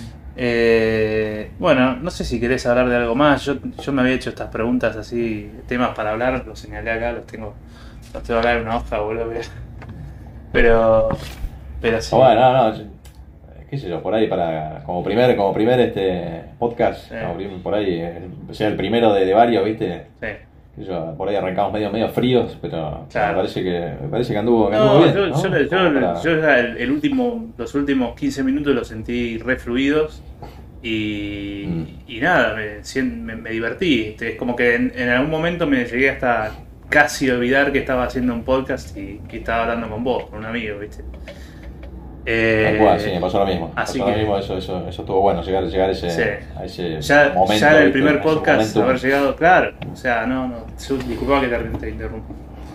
Bueno, no sé si querés hablar de algo más. Yo me había hecho estas preguntas así, temas para hablar, los señalé acá, los tengo acá en una hoja, boludo. Pero sí. Bueno, no, qué sé yo, por ahí como primer podcast, por ahí sea el primero de varios, ¿viste? Sí. Por ahí arrancamos medio fríos, pero claro. me parece que anduvo bien. Yo ya los últimos 15 minutos los sentí re fluidos y nada, me divertí. Es como que en algún momento me llegué hasta casi olvidar que estaba haciendo un podcast y que estaba hablando con vos, con un amigo, ¿viste? Tal cual, sí, me pasó lo mismo. Eso estuvo bueno, llegar a ese momento. Ya en el primer podcast haber llegado, claro. O sea, disculpa que te interrumpa.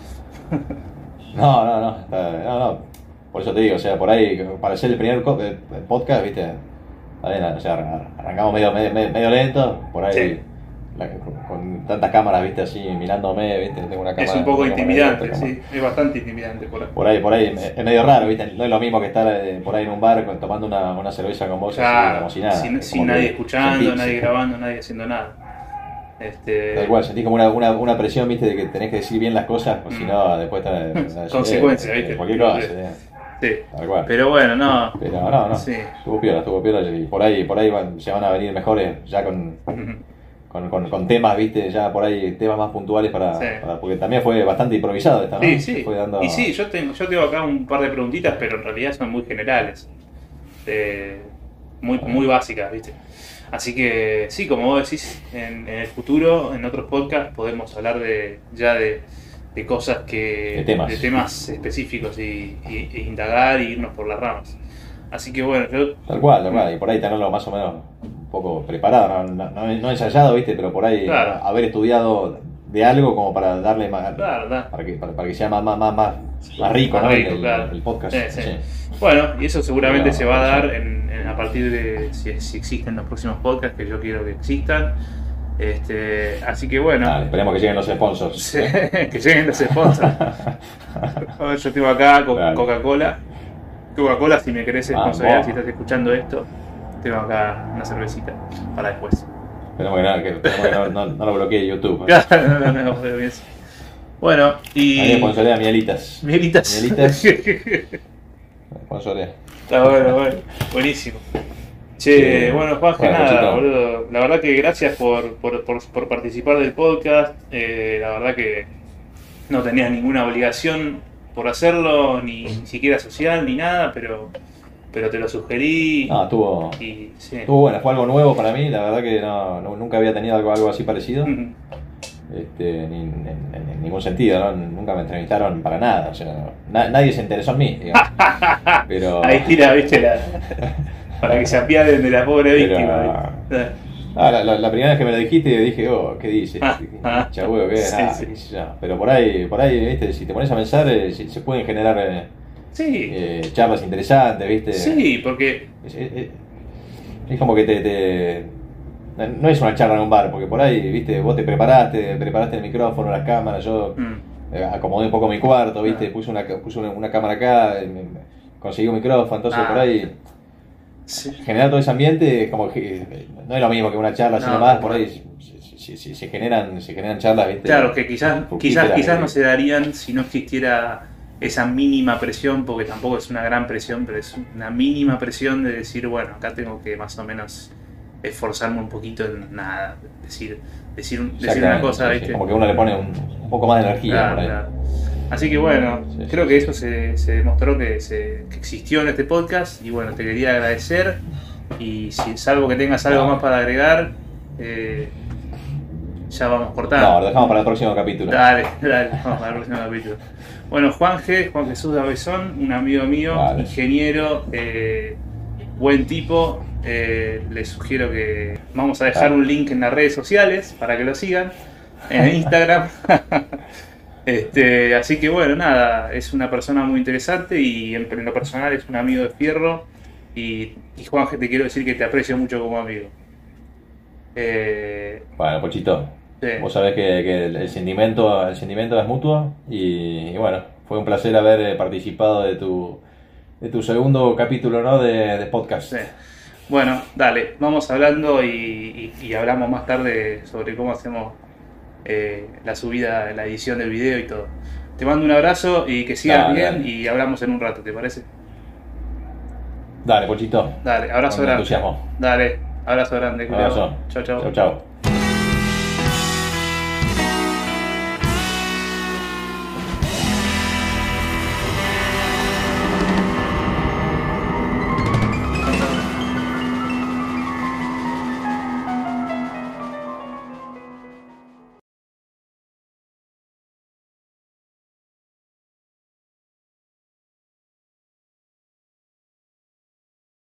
No. Por eso te digo, o sea, por ahí, para ser el primer podcast, ¿viste? O sea, arrancamos medio lento, por ahí. Sí. Con tantas cámaras, viste, así mirándome, viste, tengo una cámara. Es un poco intimidante, sí, es bastante intimidante por ahí es medio raro, viste, no es lo mismo que estar por ahí en un bar tomando una cerveza con vos, claro, así, como si nada. Sin nadie escuchando, nadie grabando, nadie haciendo nada. Tal cual, sentís como una presión, viste, de que tenés que decir bien las cosas, pues si no, después consecuencias, viste. Cualquier cosa, sí. Tal cual. Pero bueno, no. Sí. Estuvo piola, y por ahí se van a venir mejores ya con temas, viste, ya por ahí temas más puntuales porque también fue bastante improvisado esta, ¿no? Sí. Y sí, yo tengo acá un par de preguntitas, pero en realidad son muy generales, muy básicas, viste. Así que sí, como vos decís, en el futuro, en otros podcasts podemos hablar de cosas de temas específicos y indagar y irnos por las ramas. Así que bueno, Tal cual, y por ahí tenerlo más o menos un poco preparado, no ensayado, ¿viste? Pero por ahí haber estudiado de algo como para darle más... Claro. Para que sea más rico, ¿no? El podcast. Sí. Bueno, y eso seguramente se va a dar a partir de si existen los próximos podcasts, que yo quiero que existan. Así que bueno. Dale, esperemos que lleguen los sponsors. Sí, que lleguen los sponsors. Yo tengo acá Coca-Cola, si me querés sponsorear, si estás escuchando esto, tengo acá una cervecita para después. Esperemos que no lo bloquee YouTube. No, bueno, y... A mí me sponsorea Mielitas. Sponsorea. Está bueno, buenísimo. Che, bueno, Juanje, nada, boludo. La verdad que gracias por participar del podcast. La verdad que no tenías ninguna obligación por hacerlo, ni siquiera social, ni nada, pero te lo sugerí. Estuvo bueno, fue algo nuevo para mí. La verdad que nunca había tenido algo así parecido. En ningún sentido, ¿no? Nunca me entrevistaron para nada. O sea, nadie se interesó en mí, digamos. Pero... Ahí tira, viste, para que se apiaden de la pobre víctima. La primera vez que me lo dijiste dije, ¿qué dices? Chabuelo, ¿qué? Sí. Pero por ahí, viste, si te pones a pensar, se pueden generar Sí. Charlas interesantes, ¿viste? Sí, porque... Es como que no es una charla en un bar, porque por ahí, ¿viste? Vos te preparaste el micrófono, las cámaras, yo acomodé un poco mi cuarto, ¿viste? Puse una cámara acá, conseguí un micrófono, entonces por ahí... Sí. Generar todo ese ambiente es como que no es lo mismo que una charla así nomás, por ahí se generan charlas, ¿viste? Claro, que quizás no se darían si no existiera esa mínima presión, porque tampoco es una gran presión, pero es una mínima presión de decir, bueno, acá tengo que más o menos esforzarme un poquito en nada, decir una cosa, ¿viste? Como que uno le pone un poco más de energía, claro, por ahí. Claro. Así que bueno, creo que eso se demostró que existió en este podcast, y bueno, te quería agradecer, y si salvo que tengas algo más para agregar, ya vamos cortando. No, lo dejamos para el próximo capítulo. Dale, vamos para el próximo capítulo. Bueno, Juan Jesús Dabezón, un amigo mío, vale. Ingeniero, buen tipo, les sugiero que vamos a dejar un link en las redes sociales para que lo sigan, en Instagram. Así que bueno, nada, es una persona muy interesante y en lo personal es un amigo de fierro, y Juanje, te quiero decir que te aprecio mucho como amigo. Bueno, Pochito, sí. Vos sabés que el sentimiento es mutuo, y bueno, fue un placer haber participado de tu segundo capítulo, ¿no? de podcast. Sí. Bueno, dale, vamos hablando y hablamos más tarde sobre cómo hacemos la subida, la edición del video y todo. Te mando un abrazo y que sigas bien, dale. Y hablamos en un rato, ¿te parece? Dale, Pochito. Dale, abrazo grande. Dale, abrazo grande. Abrazo. Chau, chau. Chau, chau.